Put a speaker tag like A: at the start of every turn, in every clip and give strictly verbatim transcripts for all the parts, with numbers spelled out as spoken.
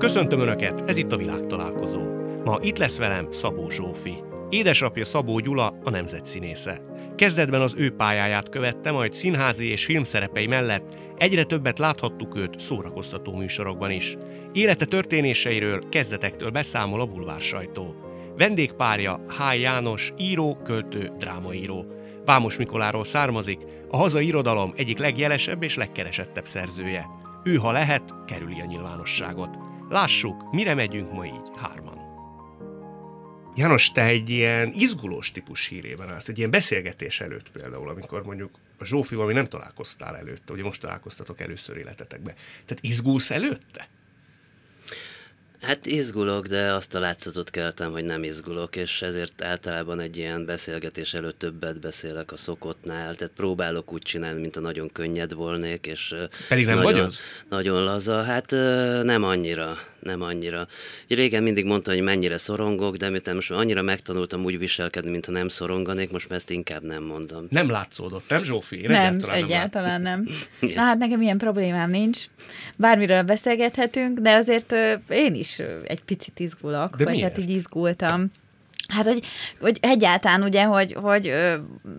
A: Köszöntöm Önöket, ez itt a Világtalálkozó. Ma itt lesz velem Szabó Zsófi. Édesapja Szabó Gyula a nemzetszínésze. Kezdetben az ő pályáját követte, majd színházi és filmszerepei mellett egyre többet láthattuk őt szórakoztató műsorokban is. Élete történéseiről kezdetektől beszámol a bulvársajtó. Vendégpárja Háj János, író, költő, drámaíró. Vámos Mikoláról származik, a hazai irodalom egyik legjelesebb és legkeresettebb szerzője. Ő, ha lehet, kerüli a nyilvánosságot. Lássuk, mire megyünk ma így hárman. János, te egy ilyen izgulós típus hírében állsz, egy ilyen beszélgetés előtt például, amikor mondjuk a Zsófival még nem találkoztál előtte, ugye most találkoztatok először életetekbe. Tehát izgulsz előtte?
B: Hát izgulok, de azt a látszatot keltem, hogy nem izgulok, és ezért általában egy ilyen beszélgetés előtt többet beszélek a szokottnál, tehát próbálok úgy csinálni, mint a nagyon könnyed volnék, és
A: pedig nem
B: nagyon,
A: vagy az?
B: Nagyon laza, hát nem annyira, nem annyira. Régen mindig mondta, hogy mennyire szorongok, de miután most már annyira megtanultam úgy viselkedni, mintha nem szoronganék, most már ezt inkább nem mondom.
A: Nem látszódott, nem Zsófi? Én
C: nem,
A: egyáltalán,
C: egyáltalán nem. nem. Na hát nekem ilyen problémám nincs. Bármiről beszélgethetünk, de azért ö, én is ö, egy picit izgulok,
A: de
C: vagy
A: miért?
C: hát így izgultam. Hát, hogy, hogy egyáltalán ugye, hogy, hogy ö,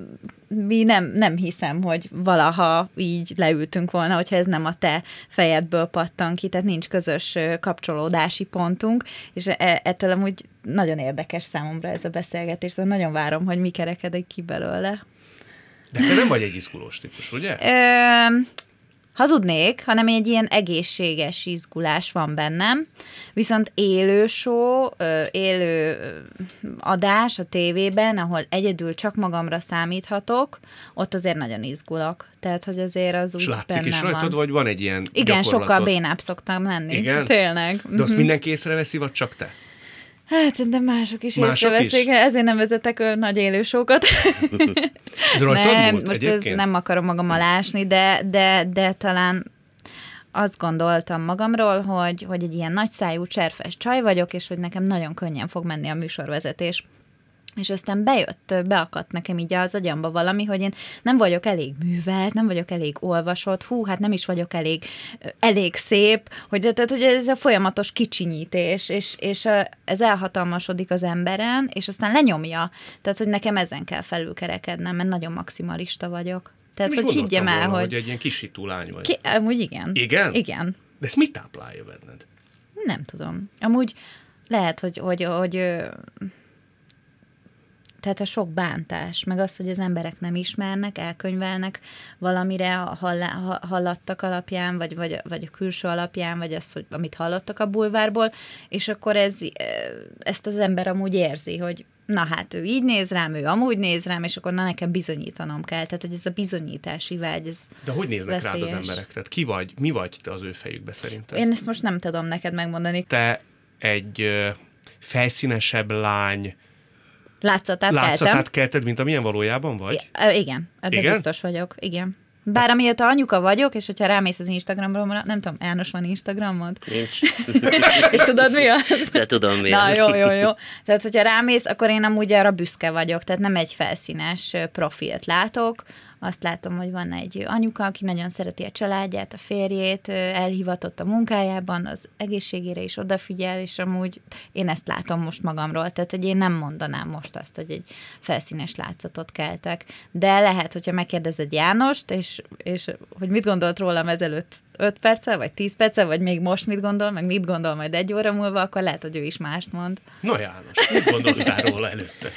C: mi nem, nem hiszem, hogy valaha így leültünk volna, hogyha ez nem a te fejedből pattan ki, tehát nincs közös ö, kapcsolódási pontunk, és e, ettől amúgy nagyon érdekes számomra ez a beszélgetés, szóval nagyon várom, hogy mi kerekedik ki belőle.
A: De te nem vagy egy izgulós típus, ugye?
C: Ö, hazudnék, hanem egy ilyen egészséges izgulás van bennem, viszont élő show, élő adás a tévében, ahol egyedül csak magamra számíthatok, ott azért nagyon izgulok. Tehát, hogy azért az úgy
A: látszik
C: bennem
A: is rajtad,
C: van.
A: vagy van egy ilyen
C: Igen,
A: gyakorlatod?
C: sokkal bénább szoktam lenni.
A: Igen?
C: Tényleg.
A: De azt mindenki észreveszi, vagy csak te?
C: Hát szerintem mások is
A: Mások
C: észreveszik,
A: is?
C: ezért nem vezetek ö, nagy élősókat.
A: Ez rajtad
C: nem,
A: múlt
C: most
A: egyébként?
C: ez nem akarom magam alásni, de, de, de talán azt gondoltam magamról, hogy, hogy egy ilyen nagyszájú, cserfes csaj vagyok, és hogy nekem nagyon könnyen fog menni a műsorvezetés. És aztán bejött, beakadt nekem így az agyamba valami, hogy én nem vagyok elég művelt, nem vagyok elég olvasott, hú, hát nem is vagyok elég, elég szép, hogy, tehát, hogy ez a folyamatos kicsinyítés, és, és ez elhatalmasodik az emberen, és aztán lenyomja. Tehát, hogy nekem ezen kell felülkerekednem, mert nagyon maximalista vagyok. Tehát,
A: Nem
C: hogy
A: is
C: higgyem
A: gondoltam
C: el,
A: volna,
C: hogy...
A: hogy egy ilyen kisító lány vagy.
C: Ki, amúgy igen.
A: Igen?
C: Igen.
A: De ezt mit táplálja benned?
C: Nem tudom. Amúgy lehet, hogy, hogy, hogy tehát a sok bántás, meg az, hogy az emberek nem ismernek, elkönyvelnek valamire a hallá, hallattak alapján, vagy, vagy, vagy a külső alapján, vagy az, hogy amit hallottak a bulvárból, és akkor ez, ezt az ember amúgy érzi, hogy na hát ő így néz rám, ő amúgy néz rám, és akkor na nekem bizonyítanom kell. Tehát, hogy ez a bizonyítási vágy, ez
A: De hogy néznek
C: veszélyes.
A: rád az emberek? Tehát ki vagy, mi vagy te az ő fejükbe szerintem?
C: Én ezt most nem tudom neked megmondani.
A: Te egy ö, felszínesebb lány,
C: Látszatát,
A: látszatát
C: keltem.
A: kelted, mint amilyen valójában vagy?
C: I- igen, ebben
A: Igen?
C: biztos vagyok, igen. Bár amióta anyuka vagyok, és hogyha rámész az Instagramról, nem tudom, János, van Instagramod?
B: Nincs.
C: És tudod mi az?
B: De tudom mi
C: Na,
B: az.
C: jó, jó, jó. Tehát, hogyha rámész, akkor én amúgy arra büszke vagyok, tehát nem egy felszínes profilt látok, azt látom, hogy van egy anyuka, aki nagyon szereti a családját, a férjét, elhivatott a munkájában, az egészségére is odafigyel, és amúgy én ezt látom most magamról, tehát hogy én nem mondanám most azt, hogy egy felszínes látszatot keltek. De lehet, hogyha megkérdezed Jánost, és, és hogy mit gondolt rólam ezelőtt öt perccel, vagy tíz perccel, vagy még most mit gondol, meg mit gondol majd egy óra múlva, akkor lehet, hogy ő is mást mond.
A: Na János, mit gondoltál róla előtte?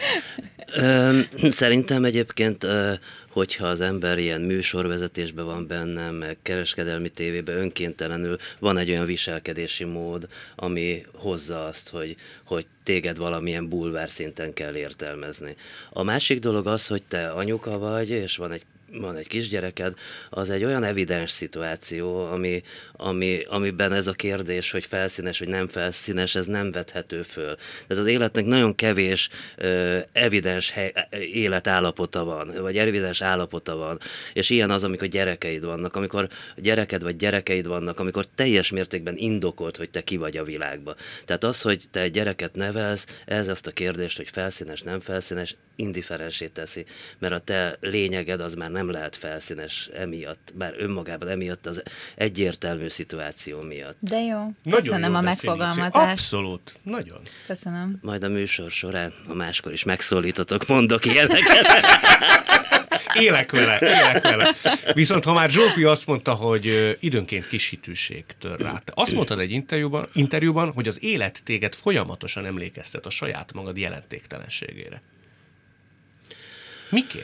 B: Ö, szerintem egyébként, ö, hogyha az ember ilyen műsorvezetésben van benne, meg kereskedelmi tévében önkéntelenül van egy olyan viselkedési mód, ami hozza azt, hogy, hogy téged valamilyen bulvár szinten kell értelmezni. A másik dolog az, hogy te anyuka vagy, és van egy van egy kisgyereked, az egy olyan evidens szituáció, ami, ami, amiben ez a kérdés, hogy felszínes, vagy nem felszínes, ez nem vethető föl. Ez az életnek nagyon kevés uh, evidens hely, életállapota van, vagy evidens állapota van, és ilyen az, amikor gyerekeid vannak, amikor gyereked vagy gyerekeid vannak, amikor teljes mértékben indokolt, hogy te ki vagy a világba. Tehát az, hogy te egy gyereket nevelsz, ez ezt a kérdést, hogy felszínes, nem felszínes, indiferensé teszi, mert a te lényeged az már nem lehet felszínes emiatt, bár önmagában emiatt az egyértelmű szituáció miatt.
C: De jó,
A: Nagyon
C: köszönöm
A: jó
C: a
A: definíció.
C: megfogalmazást.
A: Abszolút, nagyon.
C: Köszönöm.
B: Majd a műsor során, a máskor is megszólítotok, mondok ilyeneket.
A: Élek vele, élek vele. Viszont ha már Zsófi azt mondta, hogy ö, időnként kis hitűség tör rá. Te azt mondtad egy interjúban, interjúban, hogy az élet téged folyamatosan emlékeztet a saját magad jelentéktelenségére. Miképp?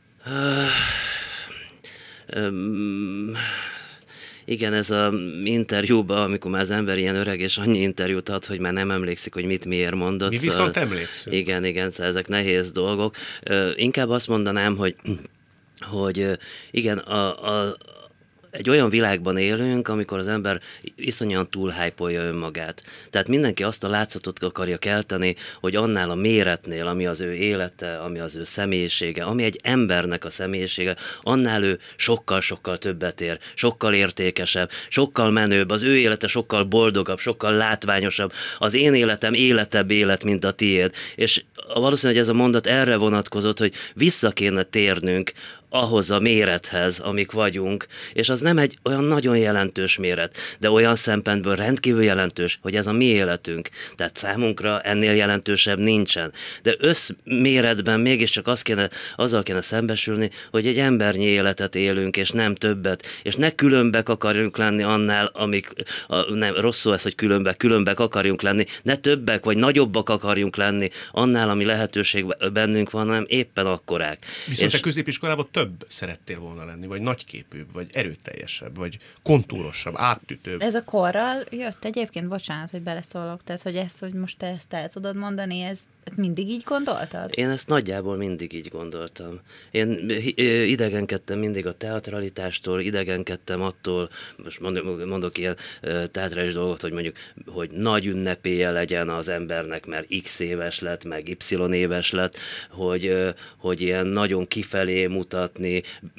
B: Öm, igen, ez az interjúban, amikor már az ember ilyen öreg, és annyi interjút ad, hogy már nem emlékszik, hogy mit miért mondott.
A: Mi viszont emlékszünk.
B: Igen, igen, szóval ezek nehéz dolgok. Ö, inkább azt mondanám, hogy, hogy igen, a, a egy olyan világban élünk, amikor az ember iszonyan túlhájpolja önmagát. Tehát mindenki azt a látszatot akarja kelteni, hogy annál a méretnél, ami az ő élete, ami az ő személyisége, ami egy embernek a személyisége, annál ő sokkal-sokkal többet ér, sokkal értékesebb, sokkal menőbb, az ő élete sokkal boldogabb, sokkal látványosabb, az én életem életebb élet, mint a tiéd. És valószínűleg ez a mondat erre vonatkozott, hogy vissza kéne térnünk ahhoz a mérethez, amik vagyunk, és az nem egy olyan nagyon jelentős méret, de olyan szempontból rendkívül jelentős, hogy ez a mi életünk. Tehát számunkra ennél jelentősebb nincsen. De összméretben mégiscsak az kéne, azzal kéne szembesülni, hogy egy embernyi életet élünk, és nem többet, és ne különbek akarjunk lenni annál, amik, a, nem, rossz szó ez, hogy különbek, különbek akarjunk lenni, ne többek, vagy nagyobbak akarjunk lenni annál, ami lehetőség bennünk van, hanem éppen akkorák.
A: Viszont
B: és
A: te középiskolában több szerettél volna lenni, vagy nagyképűbb, vagy erőteljesebb, vagy kontúrosabb, áttütőbb.
C: Ez a korral jött egyébként, bocsánat, hogy beleszólok, tehát, hogy ezt, hogy most te ezt el tudod mondani, ez mindig így gondoltad?
B: Én ezt nagyjából mindig így gondoltam. Én idegenkedtem mindig a teatralitástól, idegenkedtem attól, most mondok, mondok ilyen teátrális dolgot, hogy mondjuk, hogy nagy ünnepélye legyen az embernek, mert X éves lett, meg Y éves lett, hogy, hogy ilyen nagyon kifelé mutatni,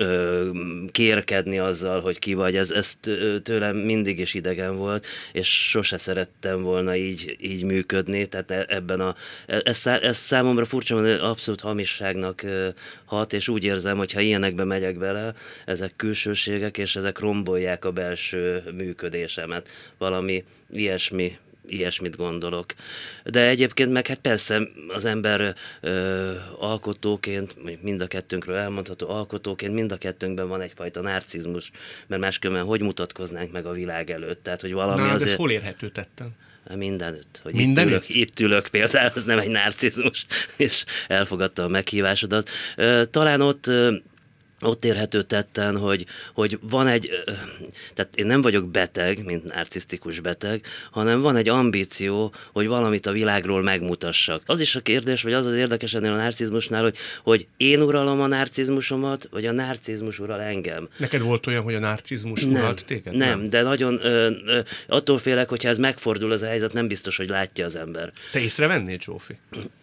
B: kérkedni azzal, hogy ki vagy. Ez, ez tőlem mindig is idegen volt, és sose szerettem volna így, így működni, tehát ebben a Ez, ez számomra furcsa, hogy abszolút hamisságnak hat, és úgy érzem, hogy ha ilyenekbe megyek bele, ezek külsőségek, és ezek rombolják a belső működésemet. Valami ilyesmi, ilyesmit gondolok. De egyébként meg hát persze az ember ö, alkotóként, mondjuk mind a kettőnkről elmondható alkotóként, mind a kettőnkben van egyfajta narcizmus, mert máskülönben hogy mutatkoznánk meg a világ előtt? Tehát, hogy valami
A: Na,
B: azért...
A: ez hol érhető tetten?
B: Mindenütt. Hogy
A: Mindenütt?
B: Itt ülök, itt ülök például, ez nem egy narcizmus, és elfogadta a meghívásodat. Talán ott, ott érhető tetten, hogy, hogy van egy, tehát én nem vagyok beteg, mint narcisztikus beteg, hanem van egy ambíció, hogy valamit a világról megmutassak. Az is a kérdés, vagy az az érdekes ennél a narcizmusnál, hogy, hogy én uralom a narcizmusomat, vagy a narcizmus ural engem.
A: Neked volt olyan, hogy a narcizmus
B: nem,
A: uralt téged?
B: Nem, nem, de nagyon ö, ö, attól félek, hogyha ez megfordul az a helyzet, nem biztos, hogy látja az ember.
A: Te észrevennéd, Zsófi?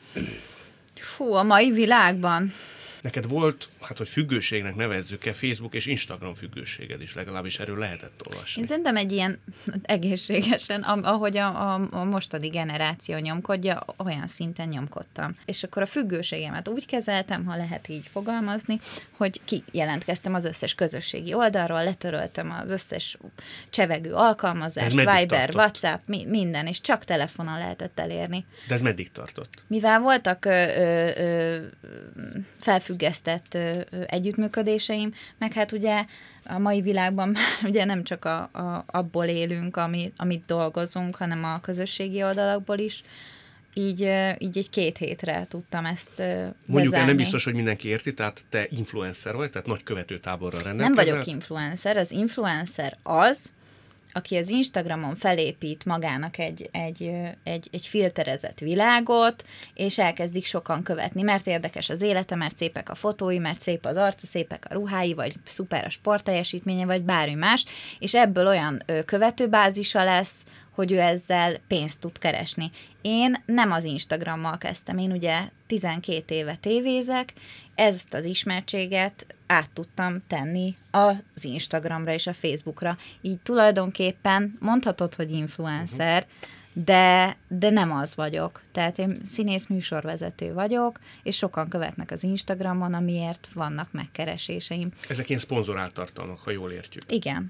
C: Fú, a mai világban...
A: Neked volt, hát hogy függőségnek nevezzük-e, Facebook és Instagram függőséged is, legalábbis erről lehetett olvasni.
C: Én szerintem egy ilyen egészségesen, ahogy a, a, a mostani generáció nyomkodja, olyan szinten nyomkodtam. És akkor a függőségemet úgy kezeltem, ha lehet így fogalmazni, hogy kijelentkeztem az összes közösségi oldalról, letöröltem az összes csevegő alkalmazást, Viber, tartott? WhatsApp, mi, minden, és csak telefonon lehetett elérni.
A: De ez meddig tartott?
C: Mivel voltak ö, ö, ö, felfüggesztett ö, ö, együttműködéseim, meg hát ugye a mai világban már ugye nem csak a, a, abból élünk, ami, amit dolgozunk, hanem a közösségi oldalakból is, így, így egy két hétre tudtam ezt bezárni.
A: Mondjuk el, nem biztos, hogy mindenki érti, tehát te influencer vagy, tehát nagy követőtáborral rendelkezel.
C: Nem vagyok influencer, az influencer az, aki az Instagramon felépít magának egy, egy, egy, egy filterezett világot, és elkezdik sokan követni, mert érdekes az élete, mert szépek a fotói, mert szép az arca, szépek a ruhái, vagy szuper a sportteljesítménye, vagy bármi más, és ebből olyan követőbázisa lesz, hogy ő ezzel pénzt tud keresni. Én nem az Instagrammal kezdtem, én ugye tizenkét éve tévézek, ezt az ismertséget át tudtam tenni az Instagramra és a Facebookra. Így tulajdonképpen mondhatod, hogy influencer, de, de nem az vagyok. Tehát én színész műsorvezető vagyok, és sokan követnek az Instagramon, amiért vannak megkereséseim.
A: Ezek ilyen szponzorált tartalmak, ha jól értjük.
C: Igen.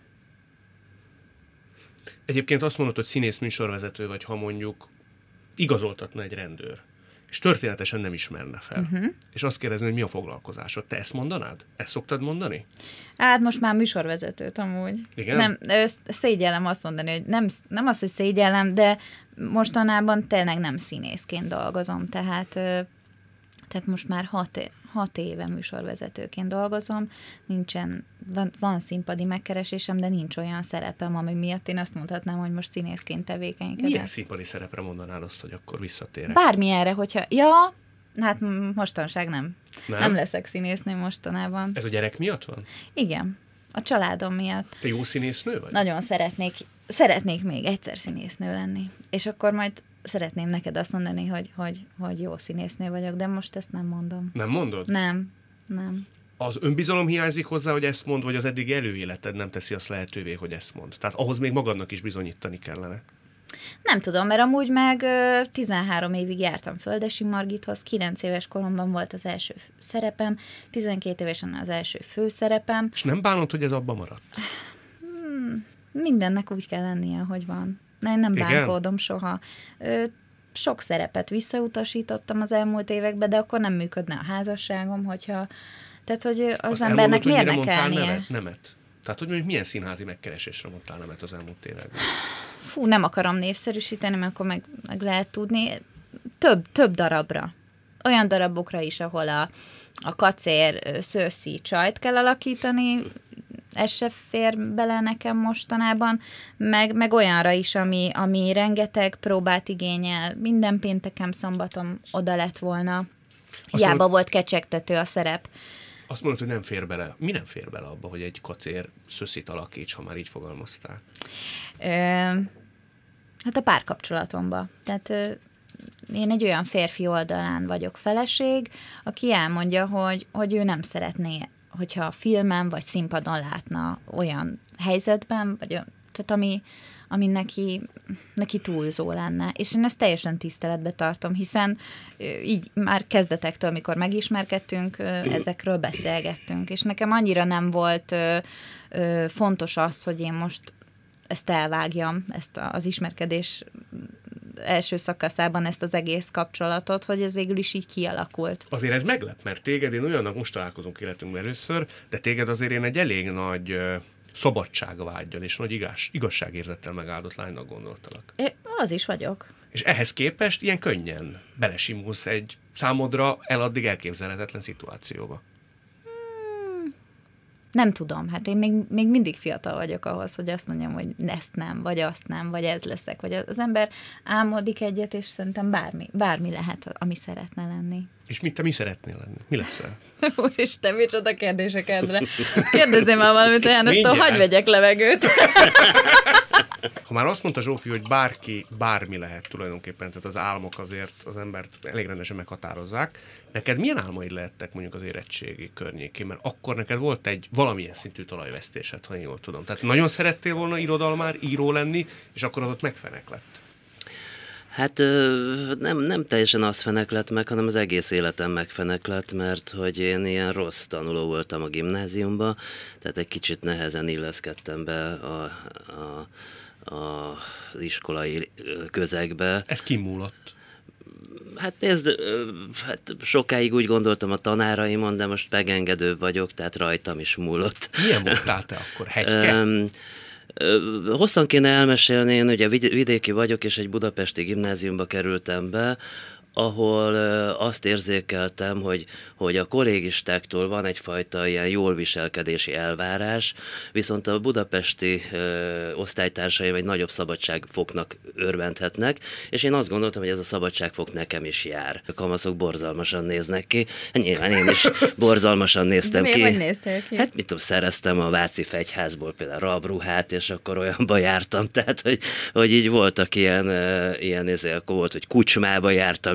A: Egyébként azt mondod, hogy színész műsorvezető vagy, ha mondjuk igazoltatna egy rendőr, és történetesen nem ismerne fel. Uh-huh. És azt kérdezni, hogy mi a foglalkozásod. Te ezt mondanád? Ezt szoktad mondani?
C: Hát most már műsorvezetőt amúgy.
A: Igen?
C: Nem, szégyellem azt mondani, hogy nem, nem az, hogy szégyellem, de mostanában tényleg nem színészként dolgozom. Tehát, tehát most már hat, hat éve műsorvezetőként dolgozom. Nincsen, van, van színpadi megkeresésem, de nincs olyan szerepem, ami miatt én azt mondhatnám, hogy most színészként tevékenykedek.
A: Milyen színpadi szerepre mondanád azt, hogy akkor visszatérek?
C: Bármilyenre, hogyha... Ja, hát mostanság nem.
A: Nem?
C: Nem leszek színésznő mostanában.
A: Ez a gyerek miatt van?
C: Igen, a családom miatt.
A: Te jó színésznő vagy?
C: Nagyon szeretnék, szeretnék még egyszer színésznő lenni. És akkor majd szeretném neked azt mondani, hogy, hogy, hogy jó színésznő vagyok, de most ezt nem mondom.
A: Nem mondod?
C: Nem, nem.
A: Az önbizalom hiányzik hozzá, hogy ezt mond, vagy az eddigi előéleted nem teszi azt lehetővé, hogy ezt mond? Tehát ahhoz még magadnak is bizonyítani kellene.
C: Nem tudom, mert amúgy meg ö, tizenhárom évig jártam Földesi Margithoz, kilenc éves koromban volt az első szerepem, tizenkét évesen az első főszerepem.
A: És nem bánod, hogy ez abba maradt?
C: Hmm, mindennek úgy kell lennie, ahogy van. Én nem
A: Igen?
C: bánkódom soha. Ö, sok szerepet visszautasítottam az elmúlt években, de akkor nem működne a házasságom, hogyha... Tehát, hogy az
A: azt
C: embernek
A: elmondod,
C: miért ne kellnie?
A: Nemet? nemet? Tehát, hogy mondjuk milyen színházi megkeresésre mondtál nemet az elmúlt években?
C: Fú, nem akarom névszerűsíteni, mert akkor meg, meg lehet tudni. Több, több darabra. Olyan darabokra is, ahol a, a kacér szőszi csajt kell alakítani, ez se fér bele nekem mostanában, meg, meg olyanra is, ami, ami rengeteg próbát igényel. Minden pénteken, szombaton oda lett volna. Hiába
A: mondod,
C: volt kecsegtető a szerep.
A: Azt mondod, hogy nem fér bele. Mi nem fér bele abba, hogy egy kacér szöszit alakíts, ha már így fogalmaztál?
C: Ö, hát a párkapcsolatomba. Tehát ö, én egy olyan férfi oldalán vagyok feleség, aki elmondja, hogy, hogy ő nem szeretné, hogyha a filmen vagy színpadon látna olyan helyzetben, vagy tehát ami, ami neki, neki túlzó lenne. És én ezt teljesen tiszteletbe tartom, hiszen így már kezdetektől, amikor megismerkedtünk, ezekről beszélgettünk. És nekem annyira nem volt fontos az, hogy én most ezt elvágjam, ezt az ismerkedés első szakaszában ezt az egész kapcsolatot, hogy ez végül is így kialakult.
A: Azért ez meglep, mert téged, én olyannak most találkozunk életünkben először, de téged azért én egy elég nagy uh, szabadságvággyal és nagy igaz, igazságérzettel megáldott lánynak gondoltalak.
C: É, az is vagyok.
A: És ehhez képest ilyen könnyen belesimulsz egy számodra eladdig elképzelhetetlen szituációba.
C: Nem tudom, hát én még, még mindig fiatal vagyok ahhoz, hogy azt mondjam, hogy ezt nem, vagy azt nem, vagy ez leszek, vagy az ember álmodik egyet, és szerintem bármi, bármi lehet, ami szeretne lenni.
A: És mit te mi szeretnél lenni? Mi leszel?
C: Úristen, micsoda kérdésekedre. Kérdezzél már valamit, Jánostól, hagyj vegyek levegőt.
A: Ha már azt mondta Zsófi, hogy bárki, bármi lehet tulajdonképpen, tehát az álmok azért az embert elég rendesen meghatározzák. Neked milyen álmaid lehettek mondjuk az érettségi környékén? Mert akkor neked volt egy valamilyen szintű talajvesztésed, ha én jól tudom. Tehát nagyon szerettél volna irodalmár, író lenni, és akkor az ott megfenek lett.
B: Hát nem, nem teljesen az feneklett meg, hanem az egész életem megfeneklett, mert hogy én ilyen rossz tanuló voltam a gimnáziumban, tehát egy kicsit nehezen illeszkedtem be a, a, a, az iskolai közegbe.
A: Ez kimúlott.
B: Hát nézd, hát sokáig úgy gondoltam a tanáraimon, de most megengedő vagyok, tehát rajtam is múlott.
A: Milyen voltál te akkor? Hegyke?
B: Hosszan kéne elmesélni, én ugye vidéki vagyok, és egy budapesti gimnáziumba kerültem be, ahol azt érzékeltem, hogy, hogy a kollégistáktól van egyfajta ilyen jól viselkedési elvárás, viszont a budapesti ö, osztálytársaim egy nagyobb szabadságfoknak örvendhetnek, és én azt gondoltam, hogy ez a szabadságfok nekem is jár. A kamaszok borzalmasan néznek ki, nyilván én is borzalmasan néztem
C: Miért,
B: ki.
C: hogy néztél ki?
B: Hát mit tudom, szereztem a Váci Fegyházból például rabruhát, és akkor olyanba jártam, tehát hogy, hogy így voltak ilyen, ilyen ezért, akkor volt, hogy kucsmába jártam,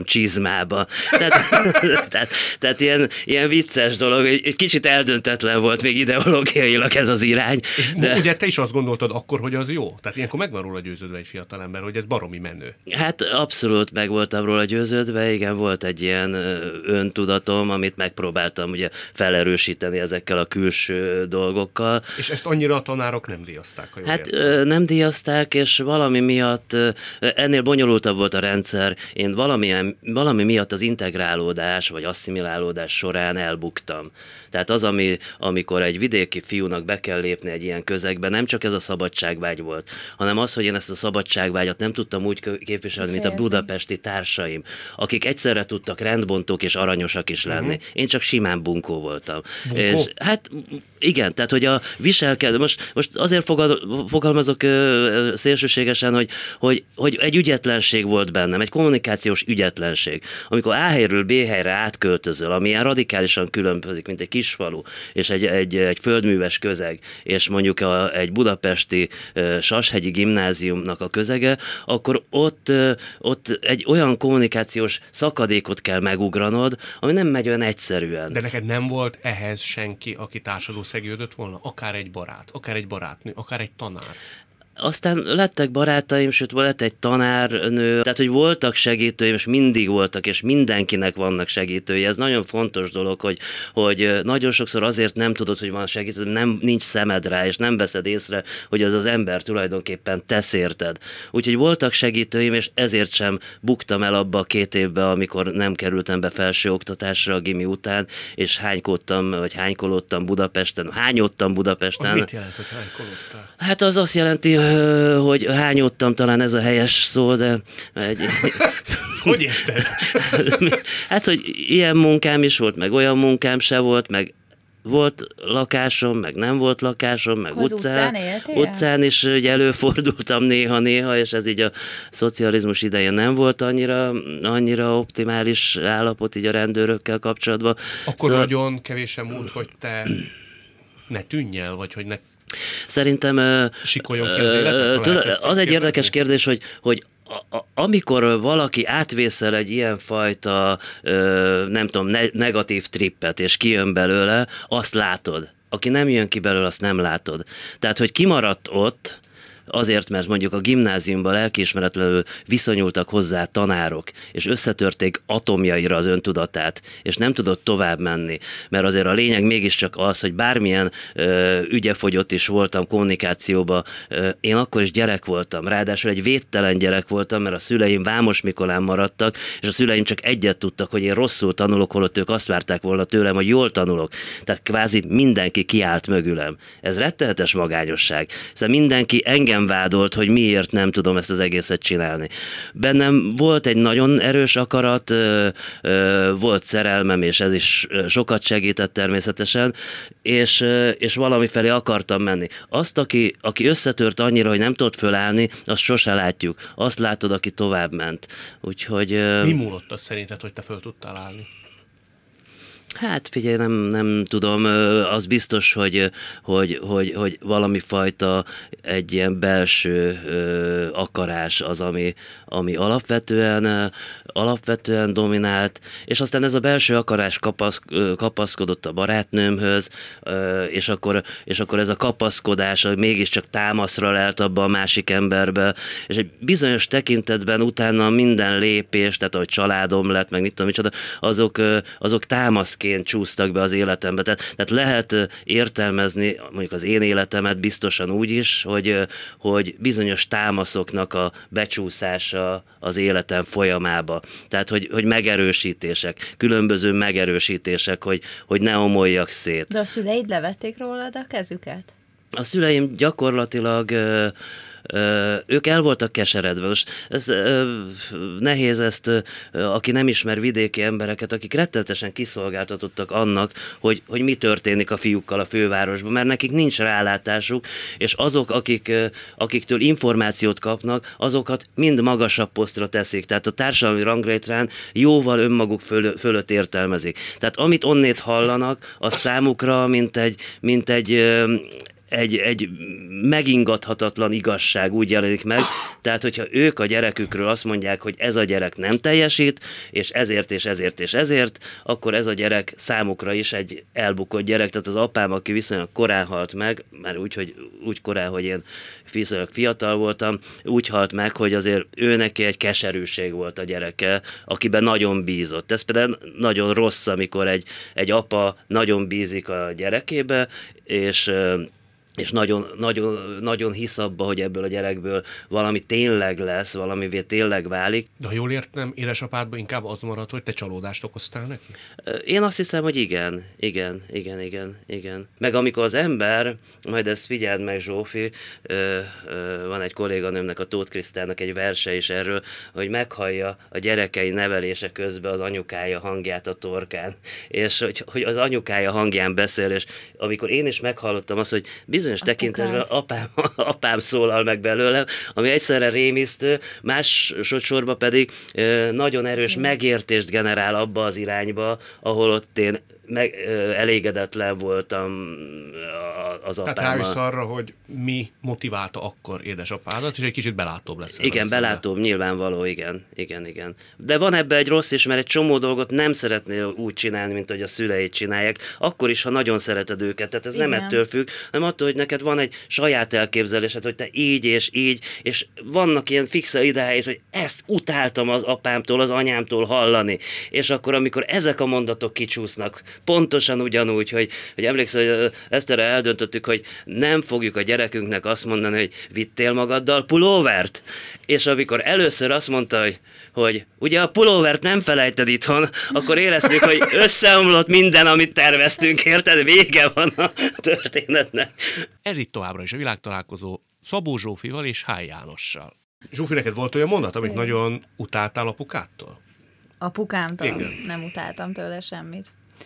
B: csizmába. Tehát, tehát, tehát ilyen, ilyen vicces dolog, egy, egy kicsit eldöntetlen volt még ideológiailag ez az irány.
A: De... Ugye te is azt gondoltad akkor, hogy az jó? Tehát ilyenkor meg van róla győződve egy fiatalember, hogy ez baromi menő.
B: Hát abszolút meg voltam róla győződve, igen, volt egy ilyen öntudatom, amit megpróbáltam ugye felerősíteni ezekkel a külső dolgokkal.
A: És ezt annyira a tanárok nem díjazták, ha jól
B: Hát
A: értem.
B: nem díjazták, és valami miatt, ennél bonyolultabb volt a rendszer, én valamilyen, valami miatt az integrálódás, vagy asszimilálódás során elbuktam. Tehát az, ami, amikor egy vidéki fiúnak be kell lépni egy ilyen közegbe, nem csak ez a szabadságvágy volt, hanem az, hogy én ezt a szabadságvágyat nem tudtam úgy képviselni, mint a budapesti társaim, akik egyszerre tudtak rendbontók és aranyosak is lenni. Uh-huh. Én csak simán bunkó voltam.
A: Bunkó?
B: És, hát igen, tehát hogy a viselkedő, most, most azért fogal, fogalmazok ö, szélsőségesen, hogy, hogy, hogy egy ügyetlenség volt bennem, egy kommunikációs ügyetlenség. Amikor A helyről B helyre átköltözöl, ami ilyen radikálisan különbözik, mint egy kisfalu, és egy, egy, egy földműves közeg, és mondjuk a, egy budapesti uh, Sashegyi gimnáziumnak a közege, akkor ott, uh, ott egy olyan kommunikációs szakadékot kell megugranod, ami nem megy olyan egyszerűen.
A: De neked nem volt ehhez senki, aki társadaló szegődött volna? Akár egy barát, akár egy barátnő, akár egy tanár?
B: Aztán lettek barátaim, sőt, lett egy tanárnő, tehát, hogy voltak segítőim, és mindig voltak, és mindenkinek vannak segítői. Ez nagyon fontos dolog, hogy, hogy nagyon sokszor azért nem tudod, hogy van segítő, nem, nincs szemed rá, és nem veszed észre, hogy az az ember tulajdonképpen tesz érted. Úgyhogy voltak segítőim, és ezért sem buktam el abba a két évbe, amikor nem kerültem be felsőoktatásra a gimi után, és hánykódtam, vagy hánykolódtam Budapesten, hányódtam Budapesten.
A: Az mit jelent, hogy hánykolódtál?
B: Hát az azt jelenti, hogy hányódtam, talán ez a helyes szó, de... Egy...
A: Hogy érted?
B: Hát, hogy ilyen munkám is volt, meg olyan munkám se volt, meg volt lakásom, meg nem volt lakásom, meg
C: az
B: utcán.
C: Utcán,
B: utcán is ugye előfordultam néha-néha, és ez így a szocializmus idején nem volt annyira, annyira optimális állapot így a rendőrökkel kapcsolatban.
A: Akkor szóval... nagyon kevésen múlt, hogy te ne tűnj el, vagy hogy ne
B: Szerintem
A: sikoljon ki az életet,
B: tudod, az egy érdekes kérdés, hogy, hogy a, a, amikor valaki átvészel egy ilyenfajta nem tudom, ne, negatív trippet, és kijön belőle, azt látod. Aki nem jön ki belőle, azt nem látod. Tehát, hogy kimaradt ott, azért, mert mondjuk a gimnáziumban lelkiismeretlenül viszonyultak hozzá tanárok, és összetörték atomjaira az öntudatát, és nem tudott tovább menni. Mert azért a lényeg mégiscsak az, hogy bármilyen ö, ügyefogyott is voltam kommunikációban, ö, én akkor is gyerek voltam. Ráadásul egy védtelen gyerek voltam, mert a szüleim Vámos Mikolán maradtak, és a szüleim csak egyet tudtak, hogy én rosszul tanulok, holott ők azt várták volna tőlem, hogy jól tanulok. Tehát kvázi mindenki kiállt mögülem. Ez rettenetes magányosság. Szóval mindenki engem vádolt, hogy miért nem tudom ezt az egészet csinálni. Bennem volt egy nagyon erős akarat, volt szerelmem, és ez is sokat segített természetesen, és, és valami felé akartam menni. Azt, aki, aki összetört annyira, hogy nem tudott fölállni, azt sose látjuk. Azt látod, aki tovább ment. Úgyhogy...
A: Mi múlott az szerinted, hogy te föl tudtál állni?
B: Hát figyelj, nem, nem tudom, az biztos, hogy, hogy, hogy, hogy valami fajta egy ilyen belső akarás az, ami, ami alapvetően, alapvetően dominált, és aztán ez a belső akarás kapasz, kapaszkodott a barátnőmhöz, és akkor, és akkor ez a kapaszkodás mégiscsak támaszra lelt abba a másik emberbe, és egy bizonyos tekintetben utána minden lépés, tehát ahogy családom lett, meg mit tudom, micsoda, azok, azok támaszként csúsztak be az életembe. Tehát, tehát lehet értelmezni mondjuk az én életemet biztosan úgy is, hogy, hogy bizonyos támaszoknak a becsúszása az életem folyamába. Tehát, hogy, hogy megerősítések, különböző megerősítések, hogy, hogy ne omoljak szét.
C: De a szüleid levették rólad a kezüket?
B: A szüleim gyakorlatilag ők el voltak keseredve. Most ez nehéz ezt, aki nem ismer vidéki embereket, akik rettenetesen kiszolgáltatottak annak, hogy, hogy mi történik a fiúkkal a fővárosban, mert nekik nincs rálátásuk, és azok, akik, akiktől információt kapnak, azokat mind magasabb posztra teszik. Tehát a társadalmi ranglétrán jóval önmaguk föl, fölött értelmezik. Tehát amit onnét hallanak, az számukra, mint egy, mint egy egy, egy megingathatatlan igazság úgy jelenik meg, tehát hogyha ők a gyerekükről azt mondják, hogy ez a gyerek nem teljesít, és ezért, és ezért, és ezért, akkor ez a gyerek számukra is egy elbukott gyerek, tehát az apám, aki viszonylag korán halt meg, már úgy, hogy úgy korán, hogy én viszonylag fiatal voltam, úgy halt meg, hogy azért ő neki egy keserűség volt a gyereke, akiben nagyon bízott. Ez például nagyon rossz, amikor egy, egy apa nagyon bízik a gyerekébe, és és nagyon, nagyon, nagyon hisz abba, hogy ebből a gyerekből valami tényleg lesz, valamivé tényleg válik.
A: De ha jól értem, édesapádban inkább az maradt, hogy te csalódást okoztál neki?
B: Én azt hiszem, hogy igen, igen, igen, igen, igen. Meg amikor az ember, majd ezt figyeld meg, Zsófi, van egy kolléganőmnek, a Tóth Krisztának egy verse is erről, hogy meghallja a gyerekei nevelése közben az anyukája hangját a torkán, és hogy, hogy az anyukája hangján beszél, és amikor én is meghallottam azt, hogy bizonyos tekintetben apám, apám szólal meg belőlem, ami egyszerre rémisztő, másodszorban pedig nagyon erős megértést generál abba az irányba, ahol ott én meg, elégedetlen voltam az apámmal.
A: Tehát rájössz arra, hogy mi motiválta akkor édesapádat, és egy kicsit belátóbb lesz.
B: Igen, belátóbb, nyilvánvaló, igen, igen, igen. De van ebbe egy rossz is, mert egy csomó dolgot nem szeretnél úgy csinálni, mint hogy a szüleid csinálják, akkor is, ha nagyon szereted őket. Tehát ez igen. Nem ettől függ, hanem attól, hogy neked van egy saját elképzelésed, hogy te így és így, és vannak ilyen fixa ideáid, hogy ezt utáltam az apámtól, az anyámtól hallani. És akkor, amikor ezek a mondatok kicsúsznak, pontosan ugyanúgy, hogy, hogy emlékszel, hogy Eszterrel eldöntöttük, hogy nem fogjuk a gyerekünknek azt mondani, hogy vittél magaddal pulóvert? És amikor először azt mondta, hogy, hogy ugye a pulóvert nem felejted itthon, akkor éreztük, hogy összeomlott minden, amit terveztünk, érted? Vége van a történetnek.
A: Ez itt továbbra is a világtalálkozó Szabó Zsófival és Hály Jánossal. Zsófi, neked volt olyan mondat, amit Igen. nagyon utáltál apukától?
C: Apukámtól? Igen. Nem utáltam tőle semmit.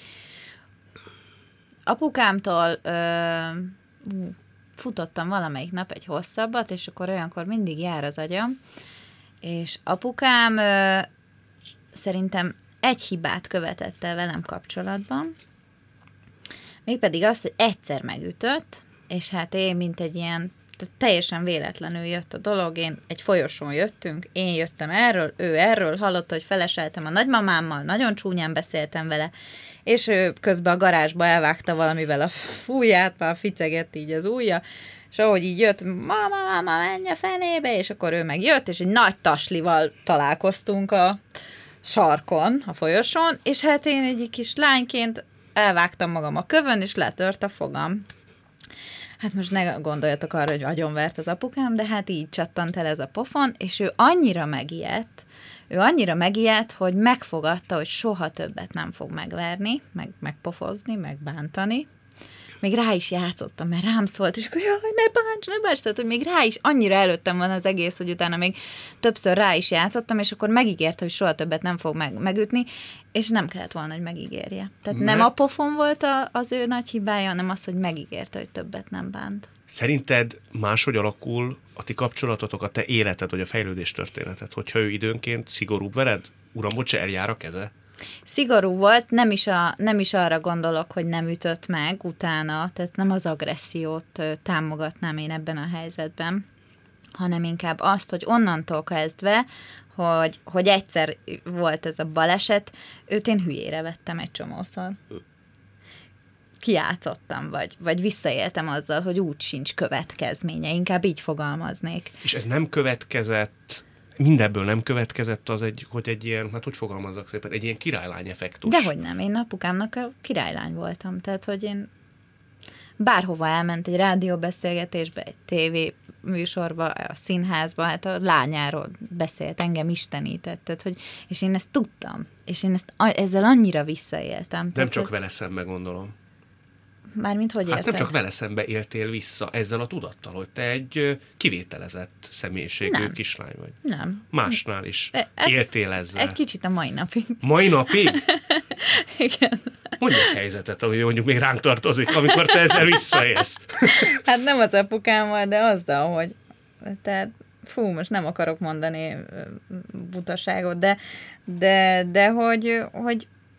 C: Apukámtól ö, futottam valamelyik nap egy hosszabbat, és akkor olyankor mindig jár az agyam, és apukám ö, szerintem egy hibát követett el velem kapcsolatban, mégpedig azt, hogy egyszer megütött, és hát én, mint egy ilyen, tehát teljesen véletlenül jött a dolog, én egy folyosón jöttünk, én jöttem erről, ő erről, hallotta, hogy feleseltem a nagymamámmal, nagyon csúnyán beszéltem vele, és ő közben a garázsba elvágta valamivel a fújját, már ficegett így az ujja, és ahogy így jött, mama, mama, menj a fenébe, és akkor ő meg jött, és egy nagy taslival találkoztunk a sarkon, a folyosón, és hát én egy kis lányként elvágtam magam a kövön, és letört a fogam. Hát most ne gondoljatok arra, hogy agyonvert az apukám, de hát így csattant el ez a pofon, és ő annyira megijedt, ő annyira megijedt, hogy megfogadta, hogy soha többet nem fog megverni, meg, megpofozni, meg bántani. Még rá is játszottam, mert rám szólt, és akkor jaj, ne bánts, ne bánts, tehát, hogy még rá is, annyira előttem van az egész, hogy utána még többször rá is játszottam, és akkor megígérte, hogy soha többet nem fog meg, megütni, és nem kellett volna, hogy megígérje. Tehát mert... nem a pofon volt a, az ő nagy hibája, hanem az, hogy megígérte, hogy többet nem bánt.
A: Szerinted máshogy alakul a ti kapcsolatotok, a te életed, vagy a fejlődés történeted, hogyha ő időnként szigorúbb veled? Uram, bocs, eljár a keze?
C: Szigorú volt, nem is, a, nem is arra gondolok, hogy nem ütött meg utána, tehát nem az agressziót támogatnám én ebben a helyzetben, hanem inkább azt, hogy onnantól kezdve, hogy, hogy egyszer volt ez a baleset, őt én hülyére vettem egy csomószor. Kijátszottam, vagy, vagy visszaéltem azzal, hogy úgy sincs következménye, inkább így fogalmaznék. És
A: ez nem következett... Mindebből nem következett az, egy, hogy egy ilyen, hát hogy fogalmazzak szépen, egy ilyen királylány effektus.
C: Dehogy nem, én apukámnak a királylány voltam, tehát hogy én bárhova elment egy rádióbeszélgetésbe, egy tévé műsorba, a színházba, hát a lányáról beszélt, engem istenített, tehát, hogy, és én ezt tudtam, és én ezt, ezzel annyira visszaéltem.
A: Nem tehát, csak hogy... vele szembe gondolom.
C: Mármint hogy
A: Hát
C: érted?
A: nem csak vele szembe éltél vissza ezzel a tudattal, hogy te egy kivételezett személyiségű nem. kislány vagy.
C: Nem.
A: Másnál is Ez éltél ezzel.
C: Egy kicsit a mai napig.
A: Mai napig?
C: Igen.
A: Mondj egy helyzetet, ami mondjuk még ránk tartozik, amikor te ezzel visszaélsz.
C: Hát nem az apukámmal, de azzal, hogy tehát fú, most nem akarok mondani butaságot, de, de, de hogy, hogy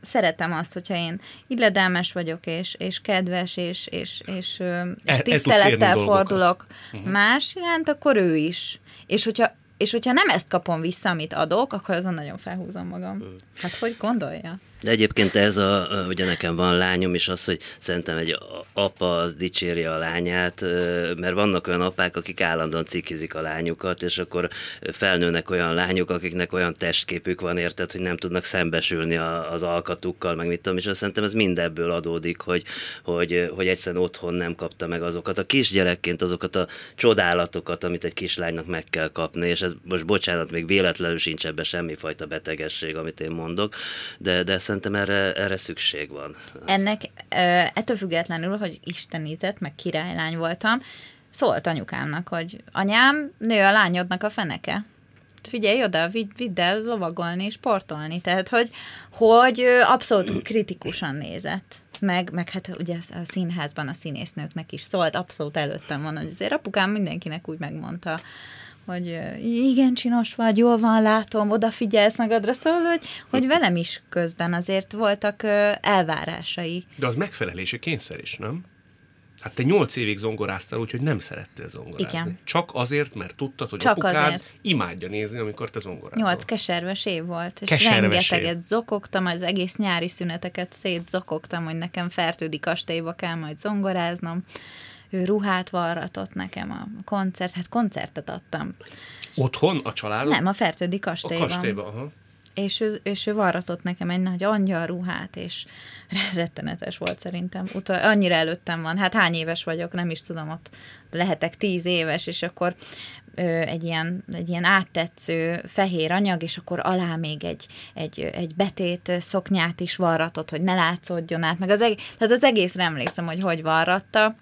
C: szeretem azt, hogyha én illedelmes vagyok, és, és kedves, és, és, és, és
A: el,
C: tisztelettel
A: el
C: fordulok
A: uh-huh.
C: más iránt, akkor ő is. És hogyha, és hogyha nem ezt kapom vissza, amit adok, akkor azon nagyon felhúzom magam. Uh-huh. Hát hogy gondolja?
B: De egyébként ez, a, ugye nekem van lányom is az, hogy szerintem egy apa az dicséri a lányát, mert vannak olyan apák, akik állandóan cikizik a lányukat, és akkor felnőnek olyan lányok, akiknek olyan testképük van, érted, hogy nem tudnak szembesülni az alkatukkal, meg mit tudom, és azt szerintem ez mindebből adódik, hogy, hogy, hogy egyszerűen otthon nem kapta meg azokat a kisgyerekként, azokat a csodálatokat, amit egy kislánynak meg kell kapni, és ez most bocsánat, még véletlenül sincs ebbe semmifajta betegesség, amit én mondok, de, de szerintem erre, erre szükség van.
C: Ennek ettől függetlenül, hogy istenített, meg királylány voltam, szólt anyukámnak, hogy anyám, nő a lányodnak a feneke. Figyelj oda, vidd, vidd el lovagolni, sportolni. Tehát, hogy, hogy abszolút kritikusan nézett. Meg, meg hát ugye a színházban a színésznőknek is szólt, abszolút előttem van, hogy azért apukám mindenkinek úgy megmondta, hogy igen, csinos vagy, jól van, látom, odafigyelsz magadra, szóval, hogy, hogy velem is közben azért voltak elvárásai.
A: De az megfelelési kényszer is, nem? Hát te nyolc évig zongoráztál, úgyhogy nem szerettél zongorázni.
C: Igen.
A: Csak azért, mert tudtad, hogy
C: Csak
A: apukád
C: azért.
A: imádja nézni, amikor te zongorázol.
C: Nyolc keserves év volt, és
A: keserves
C: rengeteget
A: év.
C: zokogtam, az egész nyári szüneteket szétzokogtam, hogy nekem Fertődi kastélyba kell majd zongoráznom. Ő ruhát varratott nekem a koncert, hát koncertet adtam.
A: Otthon, a családon?
C: Nem, a Fertődi kastélyban.
A: A kastélyban, aha.
C: És ő, és ő varratott nekem egy nagy angyal ruhát, és rettenetes volt szerintem. Utal, annyira előttem van, hát hány éves vagyok, nem is tudom, ott lehetek tíz éves, és akkor ö, egy, ilyen, egy ilyen áttetsző fehér anyag, és akkor alá még egy, egy, egy betét szoknyát is varratott, hogy ne látszódjon át, meg az egész, tehát az egészre emlékszem, hogy hogy varratta,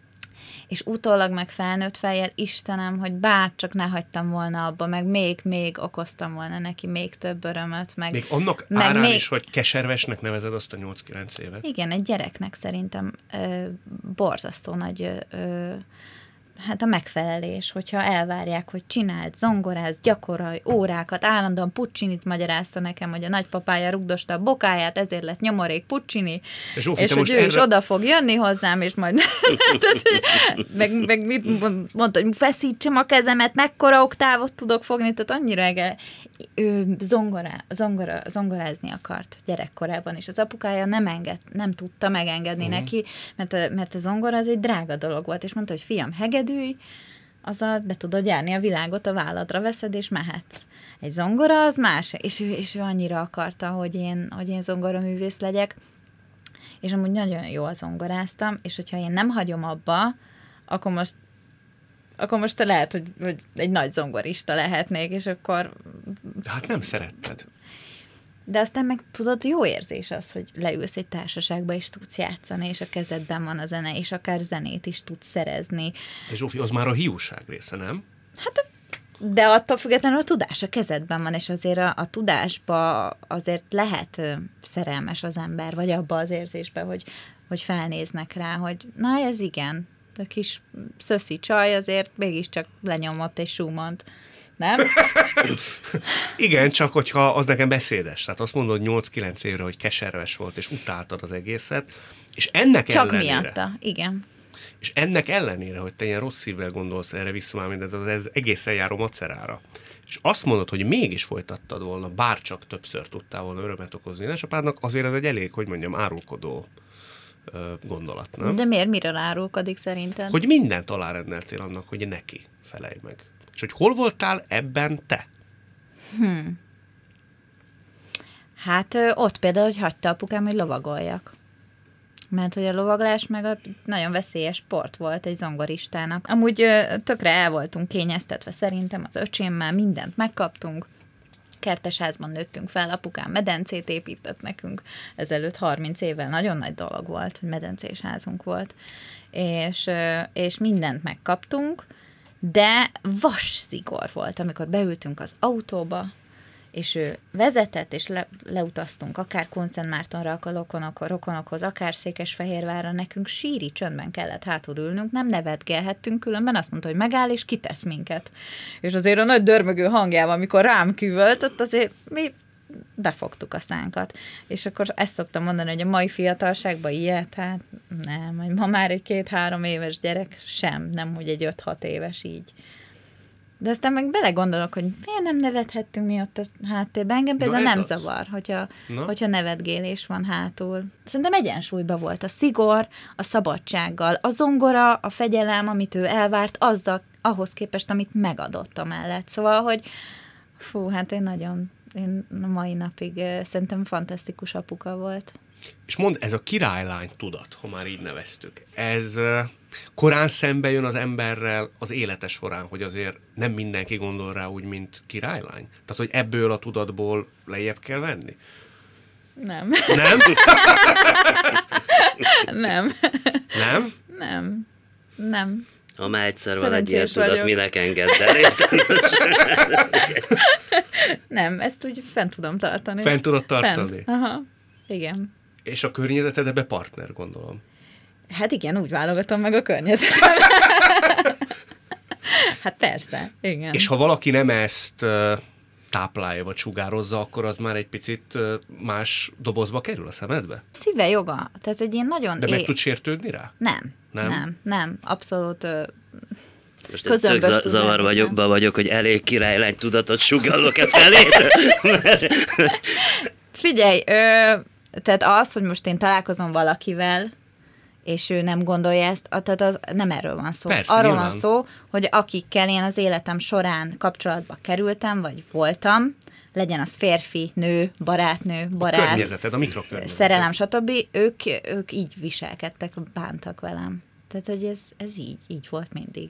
C: és utólag meg felnőtt fejjel, Istenem, hogy bárcsak ne hagytam volna abba, meg még, még okoztam volna neki még több örömöt. Meg,
A: még annak
C: meg
A: árán
C: még...
A: is, hogy keservesnek nevezed azt a nyolc-kilenc évet.
C: Igen, egy gyereknek szerintem ö, borzasztó nagy ö, hát a megfelelés, hogyha elvárják, hogy csináld, zongorázd, gyakorolj, órákat, állandóan Puccinit magyarázta nekem, hogy a nagypapája rugdosta a bokáját, ezért lett nyomorék Puccini,
A: Zsófi,
C: és hogy ő
A: erre...
C: is oda fog jönni hozzám, és majd meg, meg mit mondta, hogy feszítsem a kezemet, mekkora oktávot tudok fogni, tehát annyira ege... ő zongorá, zongora, zongorázni akart gyerekkorában, és az apukája nem enged, nem tudta megengedni uh-huh. neki, mert a, mert a zongora az egy drága dolog volt, és mondta, hogy fiam, hegedülj, azzal be tudod járni a világot, a válladra veszed, és mehetsz. Egy zongora az más, és ő, és ő annyira akarta, hogy én, hogy én zongoraművész legyek, és amúgy nagyon jól zongoráztam, és hogyha én nem hagyom abba, akkor most akkor most te lehet, hogy, hogy egy nagy zongorista lehetnék, és akkor...
A: De hát nem szeretted.
C: De aztán meg tudod, jó érzés az, hogy leülsz egy társaságba, és tudsz játszani, és a kezedben van a zene, és akár zenét is tudsz szerezni.
A: De Zsófi, az már a hiúság része, nem?
C: Hát, de attól függetlenül a tudás a kezedben van, és azért a, a tudásba azért lehet szerelmes az ember, vagy abba az érzésbe, hogy, hogy felnéznek rá, hogy na ez igen, a kis szöszi csaj azért mégiscsak lenyomott egy Schumannt, nem?
A: Igen, csak hogyha az nekem beszédes. Tehát azt mondod nyolc-kilenc évre, hogy keserves volt, és utáltad az egészet, és ennek
C: csak
A: ellenére...
C: miatta, igen.
A: És ennek ellenére, hogy te ilyen rossz szívvel gondolsz erre vissza már mindez, az ez egészen járó macerára. És azt mondod, hogy mégis folytattad volna, bárcsak többször tudtál volna örömet okozni édesapádnak, azért ez egy elég, hogy mondjam, árulkodó gondolat, nem?
C: De miért, miről árulkodik szerinted?
A: Hogy mindent alárendeltél annak, hogy neki felelj meg. És hogy hol voltál ebben te?
C: Hmm. Hát ott például, hogy hagyta apukám, hogy lovagoljak. Mert hogy a lovaglás meg a nagyon veszélyes sport volt egy zongoristának. Amúgy tökre el voltunk kényeztetve szerintem az öcsémmel, mindent megkaptunk. Kertesházban nőttünk fel, apukám medencét épített nekünk. Ezelőtt harminc évvel nagyon nagy dolog volt, hogy medencés házunk volt. És, és mindent megkaptunk, de vas szigor volt, amikor beültünk az autóba, és ő vezetett, és le, leutaztunk akár Kunszentmártonra, akár rokonok, rokonokhoz, akár Székesfehérvárra, nekünk síri csöndben kellett hátul ülnünk, nem nevetgelhettünk, különben azt mondta, hogy megáll, és kitesz minket. És azért a nagy dörmögő hangjával, amikor rám küvölt, ott azért mi befogtuk a szánkat. És akkor ezt szoktam mondani, hogy a mai fiatalságban ilyet, hát nem, hogy ma már egy két-három éves gyerek sem, nem, hogy egy öt-hat éves így. De aztán meg belegondolok, hogy miért nem nevethettünk mi ott a háttérben. Engem például nem az. zavar, hogyha, hogyha nevetgélés van hátul. Szerintem egyensúlyban volt a szigor, a szabadsággal, a zongora, a fegyelem, amit ő elvárt, azzal, ahhoz képest, amit megadott a mellett. Szóval, hogy fú, hát én nagyon, én a mai napig szerintem fantasztikus apuka volt.
A: És mondd, ez a királylány tudat, ha már így neveztük, ez korán szembe jön az emberrel az élete során, hogy azért nem mindenki gondol rá úgy, mint királylány? Tehát, hogy ebből a tudatból lejjebb kell venni?
C: Nem.
A: Nem?
C: Nem.
A: Nem?
C: Nem. Nem.
B: Ha már egyszer van
C: Szerencsés
B: egy ilyen tudat,
C: vagyok.
B: minek engedd el, érted?
C: Nem, ezt úgy fent tudom tartani.
A: Fent tudod tartani?
C: Fent. Aha. Igen.
A: És a környezeted ebbe partner, gondolom.
C: Hát igen, úgy válogatom meg a környezetet. Hát persze, igen.
A: És ha valaki nem ezt uh, táplálja vagy sugározza, akkor az már egy picit uh, más dobozba kerül a szemedbe?
C: Szíve joga. Tehát egy ilyen nagyon...
A: De meg
C: é...
A: tud sértődni rá?
C: Nem,
A: Nem?
C: nem, nem. nem. Abszolút... Ö...
B: Most tök za- zavar vagyok, ba vagyok, hogy elég királylány tudatot sugallok-e felé. Mert...
C: Figyelj, ö, tehát az, hogy most én találkozom valakivel, és ő nem gondolja ezt, tehát az nem erről van szó.
A: Persze,
C: Arról
A: nyilván.
C: van szó, hogy akikkel én az életem során kapcsolatba kerültem, vagy voltam, legyen az férfi, nő, barátnő,
A: A
C: barát,
A: környezeted, a mikrokörnyezeted.
C: szerelem, stb. Ők, ők így viselkedtek, bántak velem. Tehát, hogy ez, ez így, így volt mindig.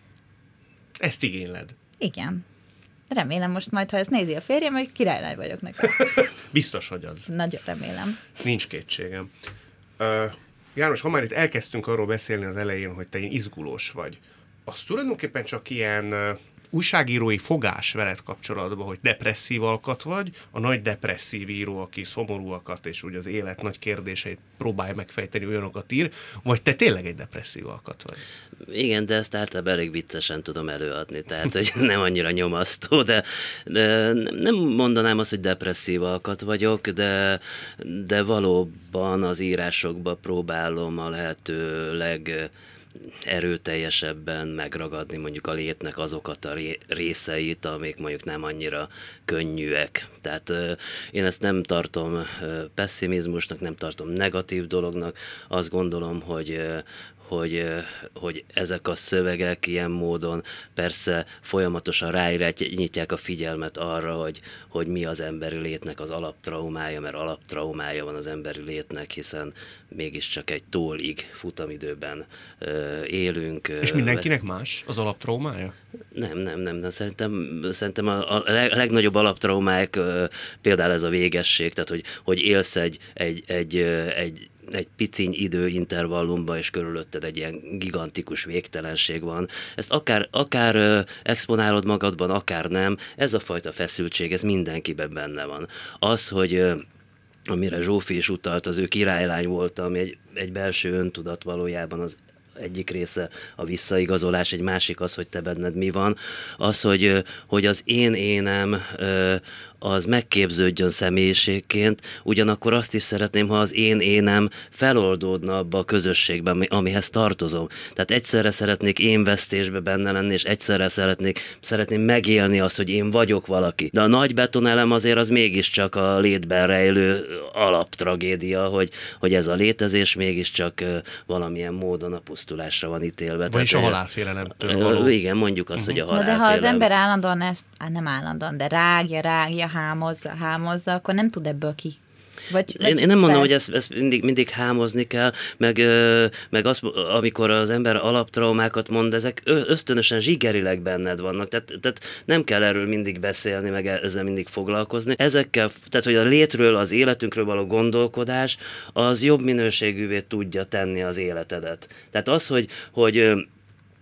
A: Ezt igényled.
C: Igen. Remélem most majd, ha ezt nézi a férjem, hogy királylány vagyok neki.
A: Biztos, hogy az.
C: Nagyon remélem.
A: Nincs kétségem. Uh, János, ha már itt elkezdtünk arról beszélni az elején, hogy te ilyen izgulós vagy, az tulajdonképpen csak ilyen uh, újságírói fogás veled kapcsolatban, hogy depresszív alkat vagy, a nagy depresszív író, aki szomorúakat és úgy az élet nagy kérdéseit próbálja megfejteni, olyanokat ír, vagy te tényleg egy depresszív alkat vagy?
B: Igen, de ezt általában elég viccesen tudom előadni, tehát hogy nem annyira nyomasztó, de, de nem mondanám azt, hogy depresszív alkat vagyok, de, de valóban az írásokba próbálom a lehető leg erőteljesebben megragadni mondjuk a létnek azokat a részeit, amik mondjuk nem annyira könnyűek. Tehát euh, én ezt nem tartom euh, pessimizmusnak, nem tartom negatív dolognak, azt gondolom, hogy euh, Hogy, hogy ezek a szövegek ilyen módon persze folyamatosan ráirányítják a figyelmet arra, hogy, hogy mi az emberi létnek az alaptraumája, mert alaptraumája van az emberi létnek, hiszen mégiscsak egy tólig futamidőben élünk.
A: És mindenkinek más az alaptraumája?
B: Nem, nem, nem, nem. Szerintem, szerintem a, a legnagyobb alaptraumák például ez a végesség, tehát hogy, hogy élsz egy, egy, egy, egy egy piciny időintervallumban, és körülötted egy ilyen gigantikus végtelenség van. Ezt akár, akár uh, exponálod magadban, akár nem, ez a fajta feszültség, ez mindenkiben benne van. Az, hogy uh, amire Zsófi is utalt, az ő királylány volt, ami egy, egy belső öntudat valójában az egyik része a visszaigazolás, egy másik az, hogy te benned mi van. Az, hogy, hogy az én énem az megképződjön személyiségként, ugyanakkor azt is szeretném, ha az én énem feloldódna abba a közösségben, amihez tartozom. Tehát egyszerre szeretnék én vesztésbe benne lenni, és egyszerre szeretnék, szeretném megélni azt, hogy én vagyok valaki. De a nagy betonelem azért az mégiscsak a létben rejlő alaptragédia, hogy, hogy ez a létezés mégiscsak valamilyen módon a pusztulásra van ítélve.
A: Vagyis a halálfélelemtől való.
B: Igen, mondjuk azt, uh-huh. hogy a halálfélelem.
C: Na de ha az ember állandóan ezt, á, nem állandóan, de rágja, rágja, hámozza, hámozza, akkor nem tud ebből ki. Vagy, vagy
B: én, én nem mondom, hogy ezt, ezt mindig, mindig hámozni kell, meg, meg az, amikor az ember alaptraumákat mond, ezek ösztönösen zsigerileg benned vannak, tehát, tehát nem kell erről mindig beszélni, meg ezzel mindig foglalkozni. Ezekkel, tehát hogy a létről, az életünkről való gondolkodás, az jobb minőségűvé tudja tenni az életedet. Tehát az, hogy, hogy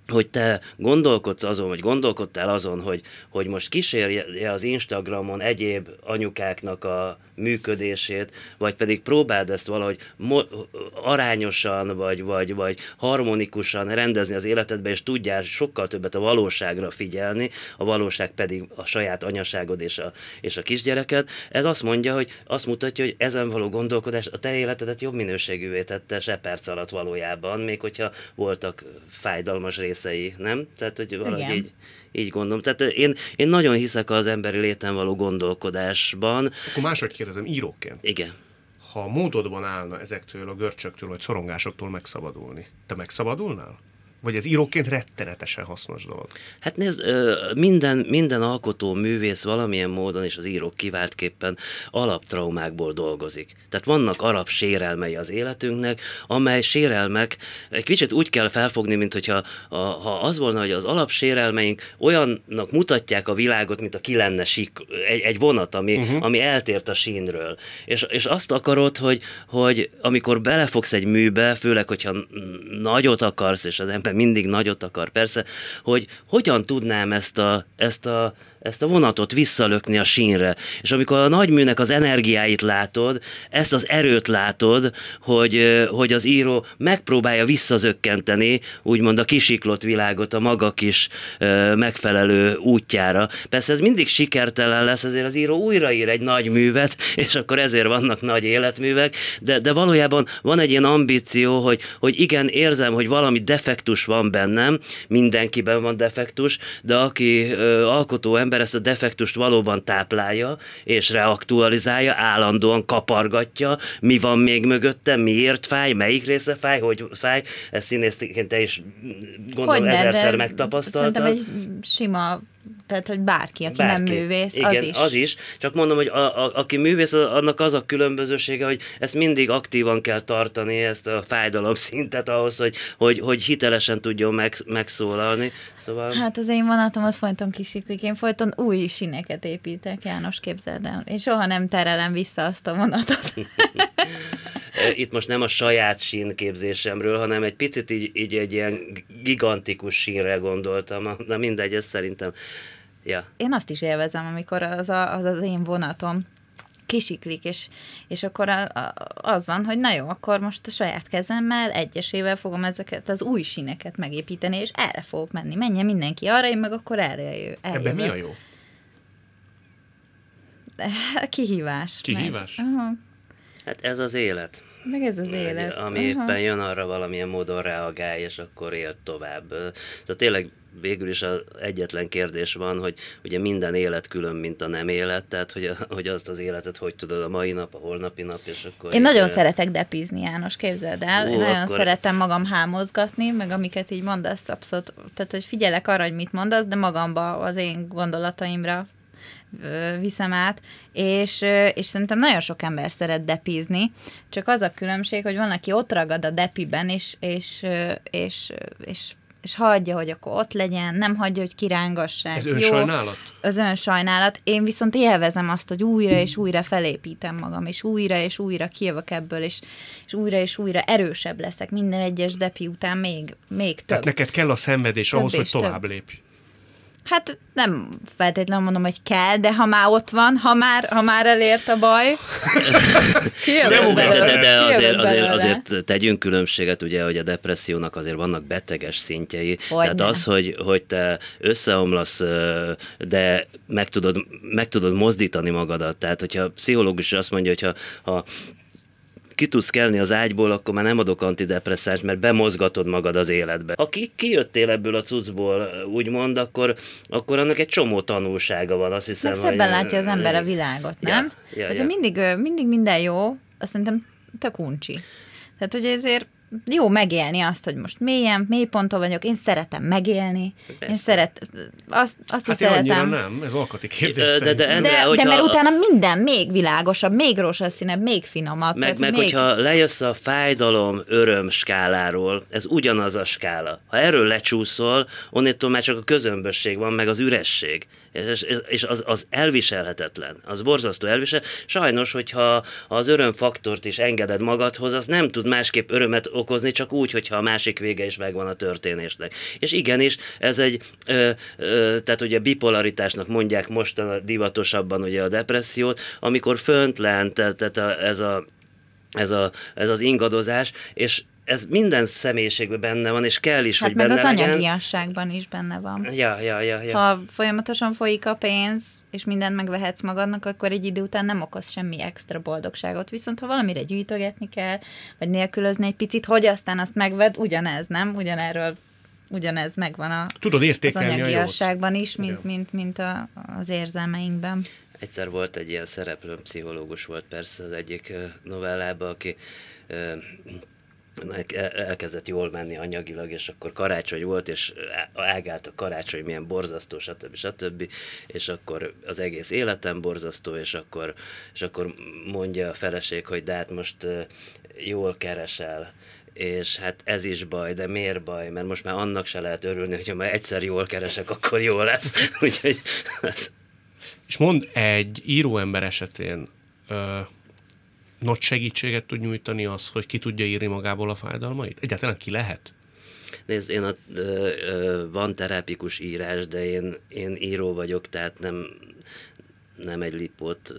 B: hogy te gondolkodsz azon, vagy gondolkodtál azon, hogy, hogy most kísérje az Instagramon egyéb anyukáknak a működését, vagy pedig próbáld ezt valahogy mo- arányosan, vagy, vagy, vagy harmonikusan rendezni az életedbe, és tudjál sokkal többet a valóságra figyelni, a valóság pedig a saját anyaságod és a, és a kisgyereket. Ez azt mondja, hogy azt mutatja, hogy ezen való gondolkodás a te életedet jobb minőségűvé tette se perc alatt valójában, még hogyha voltak fájdalmas részei, nem? Tehát, hogy valahogy így, így gondolom. Tehát én, én nagyon hiszek az emberi léten való gondolkodásban.
A: Akkor máshogy kérdezem, íróként.
B: Igen.
A: Ha a módodban állna ezektől a görcsöktől vagy szorongásoktól megszabadulni, te megszabadulnál? Vagy ez íróként rettenetesen hasznos dolog?
B: Hát nézd, minden, minden alkotó művész valamilyen módon, és az írók kiváltképpen alaptraumákból dolgozik. Tehát vannak alapsérelmei az életünknek, amely sérelmek egy kicsit úgy kell felfogni, mint hogyha a, ha az volna, hogy az alapsérelmeink olyannak mutatják a világot, mint a ki lenne sík, egy, egy vonat, ami, uh-huh. ami eltért a sínről. És, és azt akarod, hogy, hogy amikor belefogsz egy műbe, főleg, hogyha nagyot akarsz, és az ember mindig nagyot akar, persze, hogy hogyan tudnám ezt a, ezt a, ezt a vonatot visszalökni a sínre. És amikor a nagyműnek az energiáit látod, ezt az erőt látod, hogy, hogy az író megpróbálja visszazökkenteni, úgymond a kisiklott világot a maga kis megfelelő útjára. Persze ez mindig sikertelen lesz, ezért az író újraír egy nagy művet, és akkor ezért vannak nagy életművek, de, de valójában van egy ilyen ambíció, hogy, hogy igen, érzem, hogy valami defektus van bennem, mindenkiben van defektus, de aki ö, alkotó ember ezt a defektust valóban táplálja, és reaktualizálja, állandóan kapargatja, mi van még mögötte, miért fáj, melyik része fáj, hogy fáj, ezt színészként te is gondolom
C: Hogyne,
B: ezerszer megtapasztaltad.
C: Szerintem egy sima, tehát hogy bárki, aki
B: Bárki.
C: nem művész,
B: igen,
C: az is.
B: az is. Csak mondom, hogy a, a, aki művész, annak az a különbözősége, hogy ezt mindig aktívan kell tartani, ezt a fájdalom szintet ahhoz, hogy, hogy, hogy hitelesen tudjon meg, megszólalni. Szóval...
C: Hát az én vonatom az folyton kisiklik, én folyton új síneket építek, János, képzeld el. Én soha nem terelem vissza azt a vonatot.
B: Itt most nem a saját sínképzésemről, hanem egy picit így, így egy ilyen gigantikus sínre gondoltam. Na mindegy, ez szerintem... Ja.
C: Én azt is élvezem, amikor az a, az, az én vonatom kisiklik, és, és akkor a, a, az van, hogy na jó, akkor most a saját kezemmel egyesével fogom ezeket az új síneket megépíteni, és erre fogok menni. Menjen mindenki arra, én meg akkor erre jövök.
A: Ebben mi a jó?
C: Kihívás.
A: Kihívás?
C: Meg. Uh-huh.
B: Hát ez az élet.
C: Meg ez az élet.
B: Ami
C: uh-huh.
B: éppen jön, arra valamilyen módon reagálj, és akkor él tovább. Szóval tényleg végül is az egyetlen kérdés van, hogy ugye minden élet külön, mint a nem élet, tehát hogy, a, hogy azt az életet hogy tudod a mai nap, a holnapi nap, és akkor...
C: Én nagyon
B: így,
C: szeretek depizni, János, képzeld el.
B: Ó,
C: Én nagyon
B: akkor...
C: szeretem magam hámozgatni, meg amiket így mondasz, abszolút, tehát hogy figyelek arra, hogy mit mondasz, de magamba az én gondolataimra viszem át, és, és szerintem nagyon sok ember szeret depizni, csak az a különbség, hogy van, aki ott ragad a depiben, és, és, és, és, és hagyja, hogy akkor ott legyen, nem hagyja, hogy kirángassák.
A: Ez önsajnálat?
C: Az önsajnálat. Én viszont élvezem azt, hogy újra és újra felépítem magam, és újra és újra kijövök ebből, és, és újra és újra erősebb leszek. Minden egyes depi után még, még több.
A: Tehát neked kell a szenvedés
C: Több
A: ahhoz, hogy
C: több.
A: tovább lépj.
C: Hát nem feltétlenül mondom, hogy kell, de ha már ott van, ha már, ha már elért a baj, kijövök
B: de,
C: belőle.
B: de, de azért,
C: Kijövök
B: azért,
C: belőle.
B: azért tegyünk különbséget, ugye, hogy a depressziónak azért vannak beteges szintjei.
C: Hogyne.
B: Tehát az, hogy, hogy te összeomlasz, de meg tudod, meg tudod mozdítani magadat. Tehát, hogyha a pszichológus azt mondja, hogyha ha ki tudsz kelni az ágyból, akkor már nem adok antidepresszást, mert bemozgatod magad az életbe. Ha ki, kijöttél ebből a cuccból, úgymond, akkor, akkor annak egy csomó tanulsága van, azt hiszem.
C: Meg szebben látja az ember a világot, nem?
B: Ja, ja,
C: Hogyha
B: ja.
C: mindig, mindig minden jó, azt szerintem tök uncsi. Tehát, hogy ezért jó megélni azt, hogy most mélyen, mélyponton vagyok, én szeretem megélni,
B: Persze.
C: én szeret, azt, azt
A: Hát
C: is
A: én annyira
C: szeretem.
A: nem, ez alkati kérdés.
B: De- de-
A: szerintem.
B: de-
C: De,
B: Endre,
C: de mert
B: hogyha-
C: utána minden még világosabb, még rózsaszínebb, még finomabb.
B: Meg,
C: tehát
B: meg
C: még...
B: hogyha lejössz a fájdalom-öröm skáláról, ez ugyanaz a skála. Ha erről lecsúszol, onnétól már csak a közömbösség van, meg az üresség. És, és az, az elviselhetetlen, az borzasztó elvisel. Sajnos, hogyha az örömfaktort is engeded magadhoz, az nem tud másképp örömet okozni, csak úgy, hogyha a másik vége is megvan a történésnek. És igenis, ez egy, ö, ö, tehát ugye bipolaritásnak mondják most a divatosabban ugye a depressziót, amikor fönt lent, tehát a, ez, a, ez, a, ez az ingadozás, és ez minden személyiségben benne van, és kell is,
C: hát
B: hogy benne legyen.
C: Hát meg az anyagiasságban is benne van.
B: Ja, ja, ja, ja.
C: Ha folyamatosan folyik a pénz, és mindent megvehetsz magadnak, akkor egy idő után nem okoz semmi extra boldogságot. Viszont ha valamire gyűjtögetni kell, vagy nélkülözni egy picit, hogy aztán azt megved, ugyanez, nem? Ugyanerről, ugyanez megvan a,
A: Tudod értékelni
C: az anyagiasságban is, mint,
A: ja.
C: mint, mint a, az érzelmeinkben.
B: Egyszer volt egy ilyen szereplőm, pszichológus volt persze az egyik novellában, aki elkezdett jól menni anyagilag, és akkor karácsony volt, és ágált a karácsony, milyen borzasztó, stb. stb. És akkor az egész életem borzasztó, és akkor, és akkor mondja a feleség, hogy de hát most jól keresel, és hát ez is baj, de miért baj? Mert most már annak se lehet örülni, hogyha már egyszer jól keresek, akkor jó lesz. Úgyhogy az...
A: És mondd, egy íróember esetén ö, nagy segítséget tud nyújtani az, hogy ki tudja írni magából a fájdalmait? Egyáltalán ki lehet?
B: Nézd, én a, ö, ö, van terápikus írás, de én, én író vagyok, tehát nem, nem egy lipot,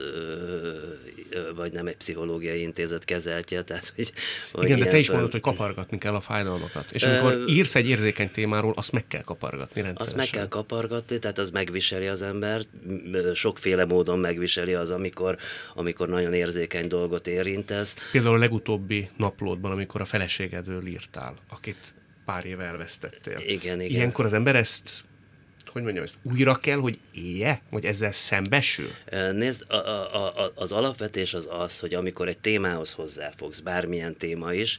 B: vagy nem egy pszichológiai intézet kezeltje. Tehát, hogy, hogy
A: igen, de te is
B: fel...
A: mondod, hogy kapargatni kell a fájdalmakat. És amikor uh, írsz egy érzékeny témáról, azt meg kell kapargatni rendszeresen.
B: Azt meg kell kapargatni, tehát az megviseli az embert, sokféle módon megviseli az, amikor, amikor nagyon érzékeny dolgot érintesz.
A: Például a legutóbbi naplódban, amikor a feleségedről írtál, akit pár éve elvesztettél.
B: Igen, igen.
A: Ilyenkor az ember ezt, hogy mondjam, ezt újra kell, hogy élje? Vagy ezzel szembesül?
B: Nézd, a, a, a, az alapvetés az az, hogy amikor egy témához hozzáfogsz, bármilyen téma is,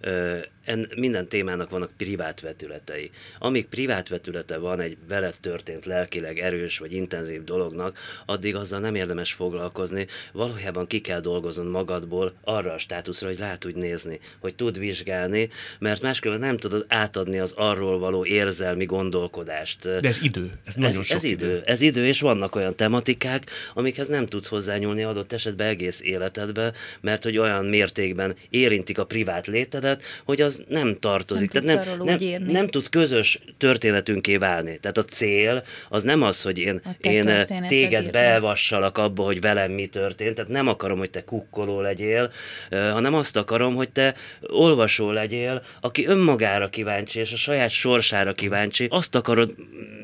B: en, minden témának vannak privát vetületei. Amíg privát vetülete van egy veled történt lelkileg erős vagy intenzív dolognak, addig azzal nem érdemes foglalkozni. Valójában ki kell dolgoznod magadból arra a státuszra, hogy rá tudj nézni, hogy tud vizsgálni, mert máskülönben nem tudod átadni az arról való érzelmi gondolkodást.
A: De ez idő. Ez nagyon
B: ez,
A: sok
B: ez
A: idő.
B: idő. Ez idő, és vannak olyan tematikák, amikhez nem tudsz hozzányúlni adott esetben egész életedbe, mert hogy olyan mértékben érintik a privát létedet, hogy az nem tartozik.
C: Nem
B: Tehát nem, nem, nem tud közös történetünké válni. Tehát a cél az nem az, hogy én, én téged beavassalak abba, hogy velem mi történt. Tehát nem akarom, hogy te kukkoló legyél, hanem azt akarom, hogy te olvasó legyél, aki önmagára kíváncsi, és a saját sorsára kíváncsi. Azt akarod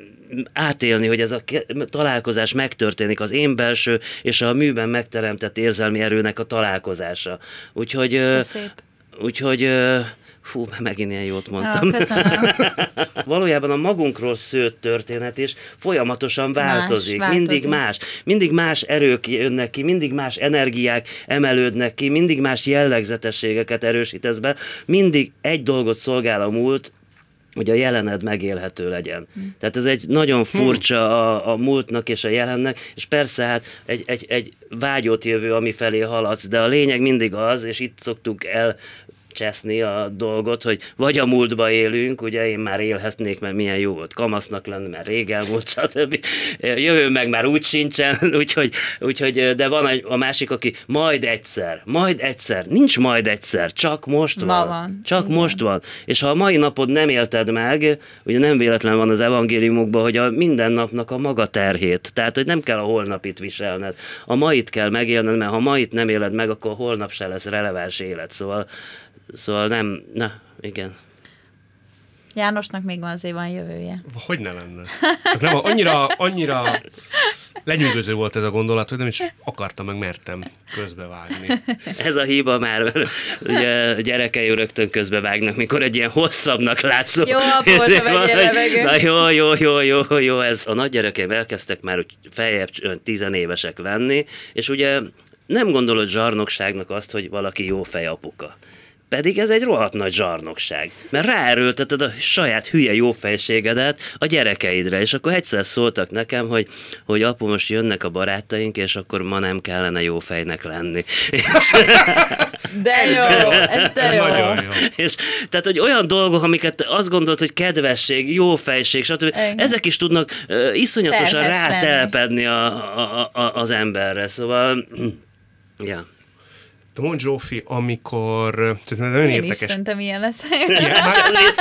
B: átélni, hogy ez a találkozás megtörténik, az én belső és a műben megteremtett érzelmi erőnek a találkozása. Úgyhogy... Úgyhogy... Fú, megint ilyen jót mondtam. Ja, valójában a magunkról szőtt történet is folyamatosan változik. Más, mindig más. Mindig más erők jönnek ki, mindig más energiák emelődnek ki, mindig más jellegzetességeket erősítesz be. Mindig egy dolgot szolgál a múlt, hogy a jelened megélhető legyen. Hm. Tehát ez egy nagyon furcsa a, a múltnak és a jelennek, és persze hát egy, egy, egy vágyott jövő, ami felé haladsz, de a lényeg mindig az, és itt szoktuk el cseszni a dolgot, hogy vagy a múltba élünk, ugye én már élhetnék, mert milyen jó volt kamasznak lenni, mert rég elmúlt, stb. Jövő meg már úgy sincsen, úgyhogy, úgyhogy de van a másik, aki majd egyszer, majd egyszer, nincs majd egyszer, csak most van.
C: van.
B: Csak
C: Igen.
B: most van. És ha a mai napod nem élted meg, ugye nem véletlen van az evangéliumokban, hogy a minden napnak a maga terhét, tehát hogy nem kell a holnapit viselned, a mait kell megélned, mert ha mait nem éled meg, akkor holnap se lesz releváns élet, szóval Szóval nem, na, igen.
C: Jánosnak még van, azért van jövője.
A: Hogy ne lenne? Csak nem, annyira, annyira lenyűgöző volt ez a gondolat, hogy nem is akartam, meg mertem közbevágni.
B: Ez a hiba már, mert ugye a gyerekei rögtön közbevágnak, mikor egy ilyen hosszabbnak látszó.
C: Jó, apóta vegyél levegőt.
B: Na jó, jó, jó, jó, jó, ez. A nagygyerekeim elkezdtek már feljebb tizenévesek lenni, és ugye nem gondolod zsarnokságnak azt, hogy valaki jó fej apuka. Pedig ez egy rohadt nagy zsarnokság. Mert ráerőlteted a saját hülye jófejségedet a gyerekeidre, és akkor egyszer szóltak nekem, hogy, hogy apu, most jönnek a barátaink, és akkor ma nem kellene jófejnek lenni.
C: De jó, ez de jó.
A: Nagyon jó.
B: És tehát, hogy olyan dolgok, amiket azt gondolod, hogy kedvesség, jófejség, stb. Igen. Ezek is tudnak uh, iszonyatosan
C: Terhes
B: rátelepedni a, a, a, az emberre. Szóval, ja.
A: Te mondd, Zsófi, amikor... Tehát nagyon
C: Én
A: érdekes.
C: is szerintem ilyen lesz.
A: Igen, már,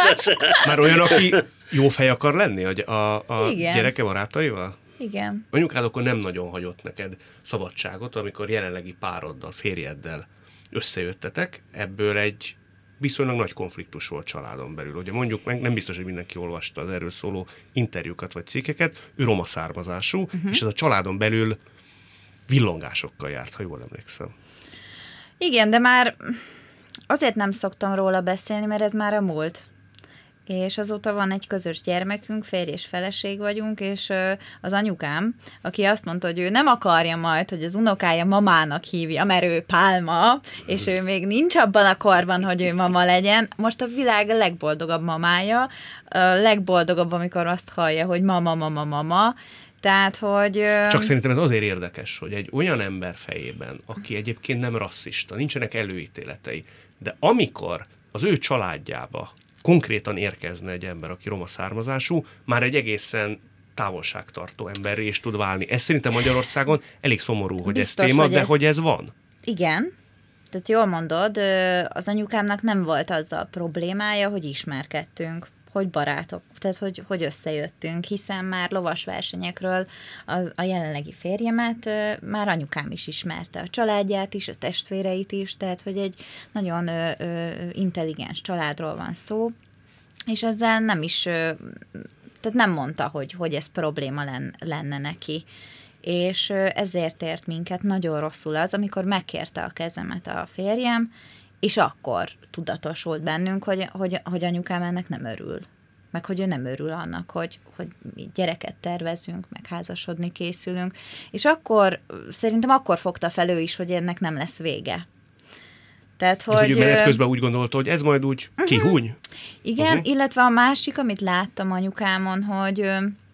A: már olyan, aki jó fej akar lenni a, a, a gyereke barátaival?
C: Igen.
A: Anyukád akkor nem nagyon hagyott neked szabadságot, amikor jelenlegi pároddal, férjeddel összejöttetek, ebből egy viszonylag nagy konfliktus volt családon belül. Ugye mondjuk meg, nem biztos, hogy mindenki olvasta az erről szóló interjúkat vagy cikkeket, ő roma származású, uh-huh. és ez a családon belül villongásokkal járt, ha jól emlékszem.
C: Igen, de már azért nem szoktam róla beszélni, mert ez már a múlt. És azóta van egy közös gyermekünk, férj és feleség vagyunk, és az anyukám, aki azt mondta, hogy ő nem akarja majd, hogy az unokája mamának hívja, mert ő Pálma, és ő még nincs abban a korban, hogy ő mama legyen. Most a világ a legboldogabb mamája, a legboldogabb, amikor azt hallja, hogy mama, mama, mama. Tehát, hogy...
A: Csak szerintem ez azért érdekes, hogy egy olyan ember fejében, aki egyébként nem rasszista, nincsenek előítéletei, de amikor az ő családjába konkrétan érkezne egy ember, aki roma származású, már egy egészen távolságtartó emberré is tud válni. Ez szerintem Magyarországon elég szomorú, hogy
C: biztos,
A: ez téma,
C: hogy
A: de
C: ez...
A: hogy ez van.
C: Igen. Tehát jól mondod, az anyukámnak nem volt azzal problémája, hogy ismerkedtünk, hogy barátok, tehát hogy, hogy összejöttünk, hiszen már lovasversenyekről a, a jelenlegi férjemet már anyukám is ismerte, a családját is, a testvéreit is, tehát hogy egy nagyon ö, ö, intelligens családról van szó, és ezzel nem is, ö, tehát nem mondta, hogy, hogy ez probléma len, lenne neki. És ö, ezért ért minket nagyon rosszul az, amikor megkérte a kezemet a férjem, és akkor tudatosult bennünk, hogy, hogy, hogy anyukám ennek nem örül. Meg hogy ő nem örül annak, hogy, hogy mi gyereket tervezünk, meg házasodni készülünk. És akkor, szerintem akkor fogta fel ő is, hogy ennek nem lesz vége. Tehát, hogy...
A: hogy menet közben úgy gondolta, hogy ez majd úgy uh-huh. kihúny?
C: Igen,
A: uh-huh.
C: illetve a másik, amit láttam anyukámon, hogy,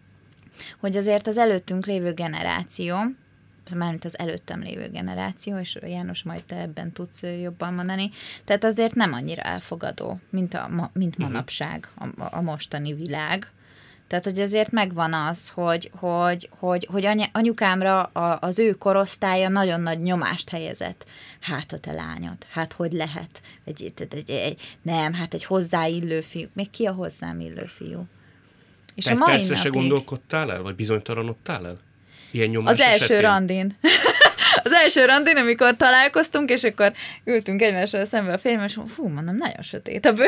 C: hogy azért az előttünk lévő generáció, mármint az előttem lévő generáció, és János, majd te ebben tudsz jobban mondani, tehát azért nem annyira elfogadó, mint, a, mint manapság a, a mostani világ. Tehát, hogy azért megvan az, hogy, hogy, hogy, hogy anya, anyukámra a, az ő korosztálya nagyon nagy nyomást helyezett. Hát a te lányod, hát hogy lehet? Egy, egy, egy, egy, nem, hát egy hozzáillő fiú. Még ki a hozzám illő fiú? És
A: te
C: a
A: egy
C: mai
A: percre se
C: napig...
A: gondolkodtál el? Vagy bizonytalanodtál el? Ilyen nyomás
C: Az első
A: esetén?
C: randin. Az első randin, amikor találkoztunk, és akkor ültünk egymással szembe a férjem, és fú, mondom, nagyon sötét a bőr.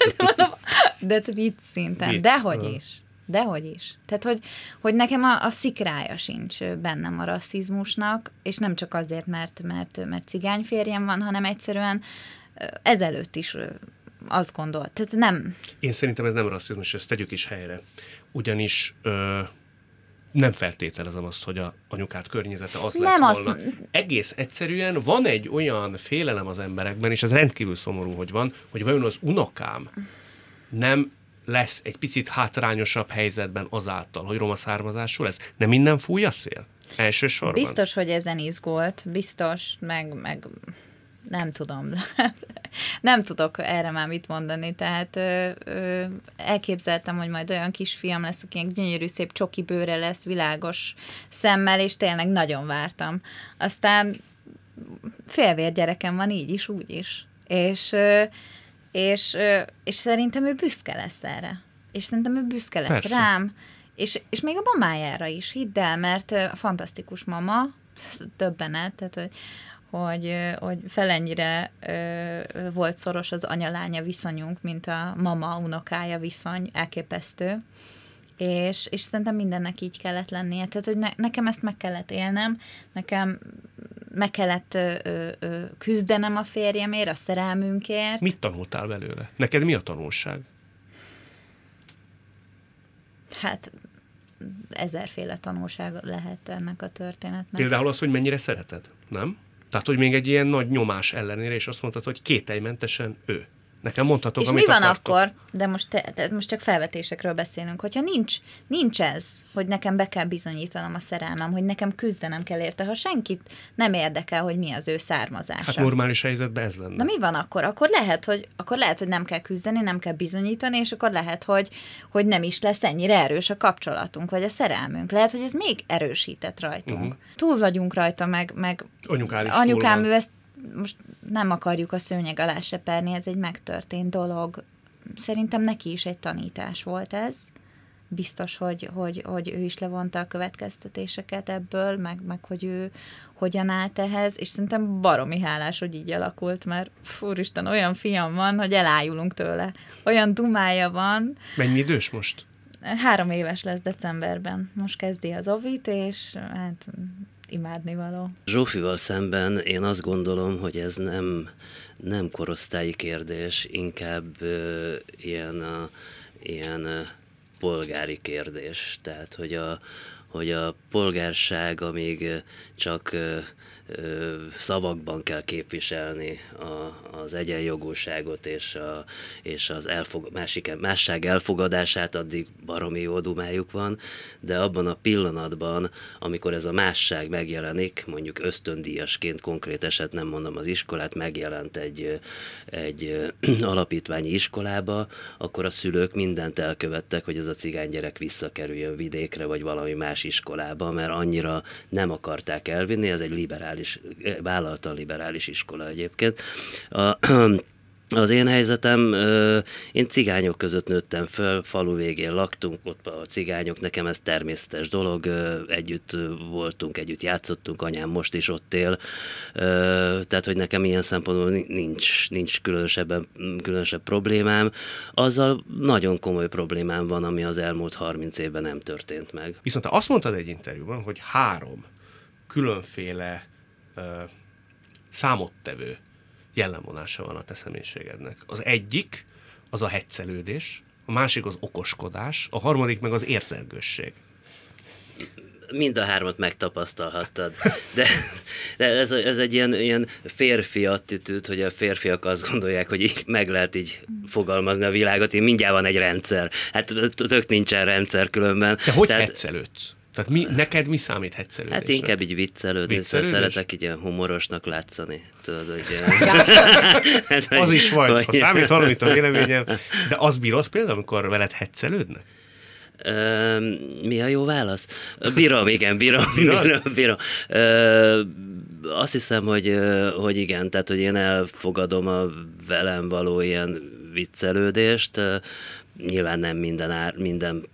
C: De vicc szinten.
A: Vicc,
C: Dehogy
A: ha.
C: is. Dehogy is. Tehát, hogy, hogy nekem a, a szikrája sincs bennem a rasszizmusnak, és nem csak azért, mert, mert, mert cigány férjem van, hanem egyszerűen ezelőtt is azt gondolt. Tehát nem...
A: Én szerintem ez nem rasszizmus, ezt tegyük is helyre. Ugyanis... Ö, nem feltételezem azt, hogy a anyukád környezete az
C: nem
A: lett
C: azt...
A: volna. Egész egyszerűen van egy olyan félelem az emberekben, és ez rendkívül szomorú, hogy van, hogy vajon az unokám nem lesz egy picit hátrányosabb helyzetben azáltal, hogy roma származású lesz. Nem innen fúj a szél? Elsősorban.
C: Biztos, hogy ezen izgult, biztos, meg, meg nem tudom. Nem tudok erre már mit mondani, tehát ö, ö, elképzeltem, hogy majd olyan kisfiam lesz, aki gyönyörű, szép csoki bőre lesz, világos szemmel, és tényleg nagyon vártam. Aztán félvér gyerekem van így is, úgy is. És, ö, és, ö, és szerintem ő büszke lesz erre. És szerintem ő büszke lesz
A: Persze.
C: rám, és, és még a mamájára is, hidd el, mert fantasztikus mama, döbbenet, tehát, hogy hogy, hogy felennyire ö, volt szoros az anya-lánya viszonyunk, mint a mama-unokája viszony, elképesztő. És, és szerintem mindennek így kellett lennie. Tehát, hogy ne, nekem ezt meg kellett élnem, nekem meg kellett ö, ö, küzdenem a férjemért, a szerelmünkért.
A: Mit tanultál belőle? Neked mi a tanulság?
C: Hát ezerféle tanulság lehet ennek a történetnek.
A: Például az, hogy mennyire szereted, nem? Tehát, hogy még egy ilyen nagy nyomás ellenére, és azt mondtad, hogy kételymentesen ő. Nekem mondhatok,
C: és
A: amit
C: mi van
A: akartok.
C: akkor, de most, te, de most csak felvetésekről beszélünk, hogyha nincs, nincs ez, hogy nekem be kell bizonyítanom a szerelmem, hogy nekem küzdenem kell érte, ha senkit nem érdekel, hogy mi az ő származása.
A: Hát normális helyzetben ez lenne.
C: Na mi van akkor? Akkor lehet, hogy, akkor lehet, hogy nem kell küzdeni, nem kell bizonyítani, és akkor lehet, hogy, hogy nem is lesz ennyire erős a kapcsolatunk, vagy a szerelmünk. Lehet, hogy ez még erősített rajtunk. Uh-huh. Túl vagyunk rajta, meg, meg
A: Anyukám is
C: anyukám ő ezt most nem akarjuk a szőnyeg alá seperni, ez egy megtörtént dolog. Szerintem neki is egy tanítás volt ez. Biztos, hogy, hogy, hogy ő is levonta a következtetéseket ebből, meg, meg hogy ő hogyan állt ehhez, és szerintem baromi hálás, hogy így alakult, mert úristen, olyan fiam van, hogy elájulunk tőle. Olyan dumája van.
A: Mennyi idős most?
C: Három éves lesz decemberben. Most kezdi az ovit, és hát imádnivaló.
B: Zsófival szemben én azt gondolom, hogy ez nem, nem korosztályi kérdés, inkább ö, ilyen, a, ilyen a polgári kérdés. Tehát, hogy a, hogy a polgárság, amíg csak ö, ö, szavakban kell képviselni a, az egyenjogúságot és, a, és az elfog, másik, másság elfogadását, addig baromi jó dumájuk van, de abban a pillanatban, amikor ez a másság megjelenik, mondjuk ösztöndíjasként, konkrét eset nem mondom az iskolát, megjelent egy, egy alapítványi iskolába, akkor a szülők mindent elkövettek, hogy ez a cigány gyerek visszakerüljön vidékre, vagy valami más iskolába, mert annyira nem akarták elvinni, ez egy liberális, vállaltan liberális iskola egyébként. A, Az én helyzetem, én cigányok között nőttem föl, falu végén laktunk, ott a cigányok, nekem ez természetes dolog, együtt voltunk, együtt játszottunk, anyám most is ott él, tehát, hogy nekem ilyen szempontból nincs, nincs különösebb, különösebb problémám. Azzal nagyon komoly problémám van, ami az elmúlt harminc évben nem történt meg.
A: Viszont te azt mondtad egy interjúban, hogy három különféle ö, számottevő jellemvonása van a te személyiségednek. Az egyik az a heccelődés, a másik az okoskodás, a harmadik meg az érzelgősség.
B: Mind a hármat megtapasztalhattad. De, de ez, ez egy ilyen, ilyen férfi attitűd, hogy a férfiak azt gondolják, hogy így meg lehet így fogalmazni a világot, én mindjárt van egy rendszer. Hát tök nincsen rendszer különben.
A: De hogy
B: Tehát,
A: heccelődsz? Tehát mi, neked mi számít heccelődésnek?
B: Hát inkább így viccelődni,
A: Viccelődés?
B: Szeretek így ilyen humorosnak látszani. Tudod, hogy...
A: Az is vagy,
B: vagy
A: ha számít valamit a véleményem, de az bírod például, amikor veled heccelődnek?
B: Ö, mi a jó válasz? Bírom, igen, bírom,
A: Bírod?
B: bírom, bírom. Ö, azt hiszem, hogy, hogy igen, tehát, hogy én elfogadom a velem való ilyen viccelődést. Nyilván nem minden, ár, minden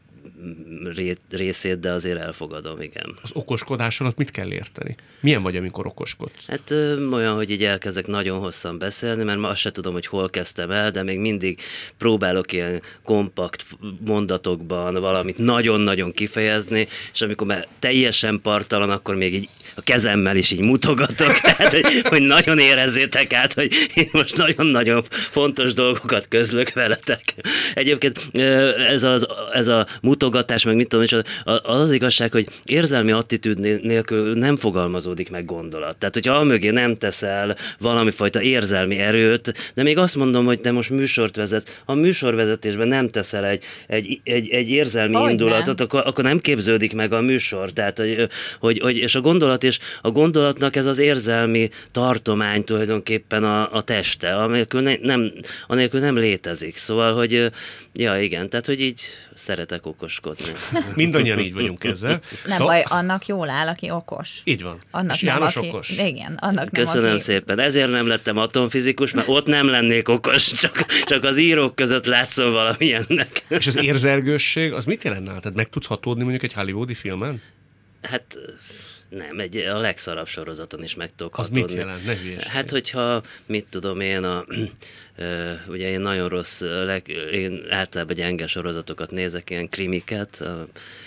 B: részét, de azért elfogadom, igen.
A: Az okoskodás alatt mit kell érteni? Milyen vagy, amikor okoskodsz?
B: Hát ö, olyan, hogy így elkezdek nagyon hosszan beszélni, mert ma azt se tudom, hogy hol kezdtem el, de még mindig próbálok ilyen kompakt mondatokban valamit nagyon-nagyon kifejezni, és amikor már teljesen partalan, akkor még így a kezemmel is így mutogatok, tehát, hogy, hogy nagyon érezzétek át, hogy én most nagyon-nagyon fontos dolgokat közlök veletek. Egyébként ez, az, ez a mutogatás, meg mit tudom, és az, az igazság, hogy érzelmi attitűd nélkül nem fogalmazódik meg gondolat. Tehát, hogyha amögé nem teszel valami fajta érzelmi erőt, de még azt mondom, hogy te most műsort vezet, ha műsorvezetésben nem teszel egy, egy, egy, egy érzelmi
C: hogy
B: indulatot,
C: nem?
B: akkor, akkor nem képződik meg a műsor. Tehát, hogy, hogy, hogy, és a gondolat, és a gondolatnak ez az érzelmi tartomány tulajdonképpen a, a teste, anélkül, ne, nem, anélkül nem létezik. Szóval, hogy ja, igen, tehát, hogy így szeretek okoskodni.
A: Mindannyian így vagyunk ezzel.
C: Nem
A: Ha-
C: baj, annak jól áll, aki okos.
A: Így van.
C: Annak
A: És
C: nem,
A: János
C: aki...
A: okos.
C: Igen, annak
B: Köszönöm
C: nem, aki...
B: szépen. Ezért nem lettem atomfizikus, mert ott nem lennék okos, csak, csak az írók között látszom valamilyennek.
A: És az érzelgősség, az mit jelent nálad? Tehát meg tudsz hatódni mondjuk egy hollywoodi filmen?
B: Hát nem, egy, a legszarabb sorozaton is meg tudok
A: Az
B: hatódni.
A: mit jelent? Ne hülyeskedj.
B: Hát, hogyha, mit tudom én, a, ö, ugye én nagyon rossz, leg, én általában gyenge sorozatokat nézek, ilyen krimiket, a,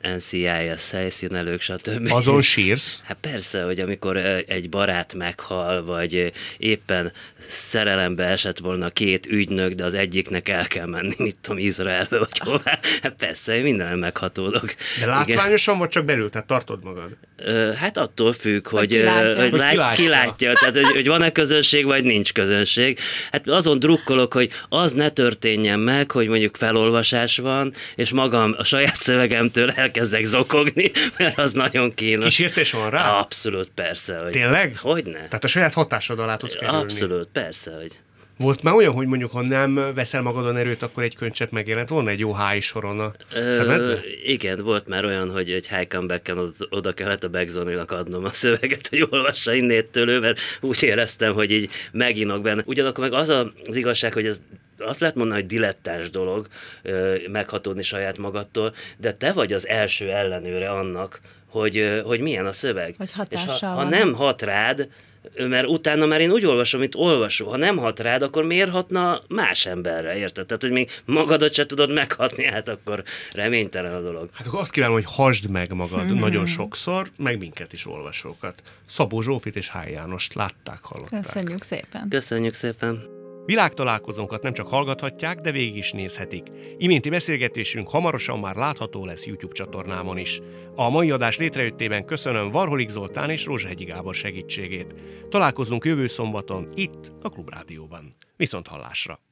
B: en cé i es helyszínelők, stb.
A: Azon sírsz?
B: Hát persze, hogy amikor egy barát meghal, vagy éppen szerelembe esett volna két ügynök, de az egyiknek el kell menni, mit tudom, Izraelbe, vagy hová. Hát persze, én minden meghatódok.
A: De látványosan, vagy csak belül, tehát tartod magad?
B: Hát attól függ, hogy,
C: ki látja.
B: hogy
A: Hogy
B: lát,
A: ki látja.
B: ki látja, tehát hogy, hogy van-e közönség, vagy nincs közönség. Hát azon drukkolok, hogy az ne történjen meg, hogy mondjuk felolvasás van, és magam a saját szövegemtől elkezdek zokogni, mert az nagyon kínos.
A: Kísértés van rá?
B: Abszolút, persze. Hogy...
A: Tényleg?
B: Hogyne?
A: Tehát a saját hatásod alá tudsz kerülni.
B: Abszolút, persze, hogy...
A: Volt már olyan, hogy mondjuk, ha nem veszel magadon erőt, akkor egy könycsepp megjelent volna egy jó hái soron a szemedbe?
B: Igen, volt már olyan, hogy egy high comeback-en oda, oda kellett a Backzone-nak adnom a szöveget, hogy olvassa innéttől ő, mert úgy éreztem, hogy így meginok benne. Ugyanakkor meg az a, az igazság, hogy ez azt lehet mondani, hogy dilettáns dolog meghatódni saját magadtól, de te vagy az első ellenőre annak, hogy, hogy milyen a szöveg.
C: Hogy
B: És
C: hatással
B: ha,
C: van.
B: ha nem hat rád, mert utána már én úgy olvasom, mint olvasó. Ha nem hat rád, akkor miért hatna más emberre, érted? Tehát, hogy még magadat se tudod meghatni, hát akkor reménytelen a dolog.
A: Hát akkor azt kívánom, hogy hasd meg magad hmm. nagyon sokszor, meg minket is olvasókat. Szabó Zsófit és Hály Jánost látták, hallották.
C: Köszönjük szépen.
B: Köszönjük szépen!
A: Világtalálkozónkat nem csak hallgathatják, de végig is nézhetik. Iménti beszélgetésünk hamarosan már látható lesz YouTube csatornámon is. A mai adás létrejöttében köszönöm Varholik Zoltán és Rózsahegyi Gábor segítségét. Találkozunk jövő szombaton itt a Klubrádióban. Viszont hallásra!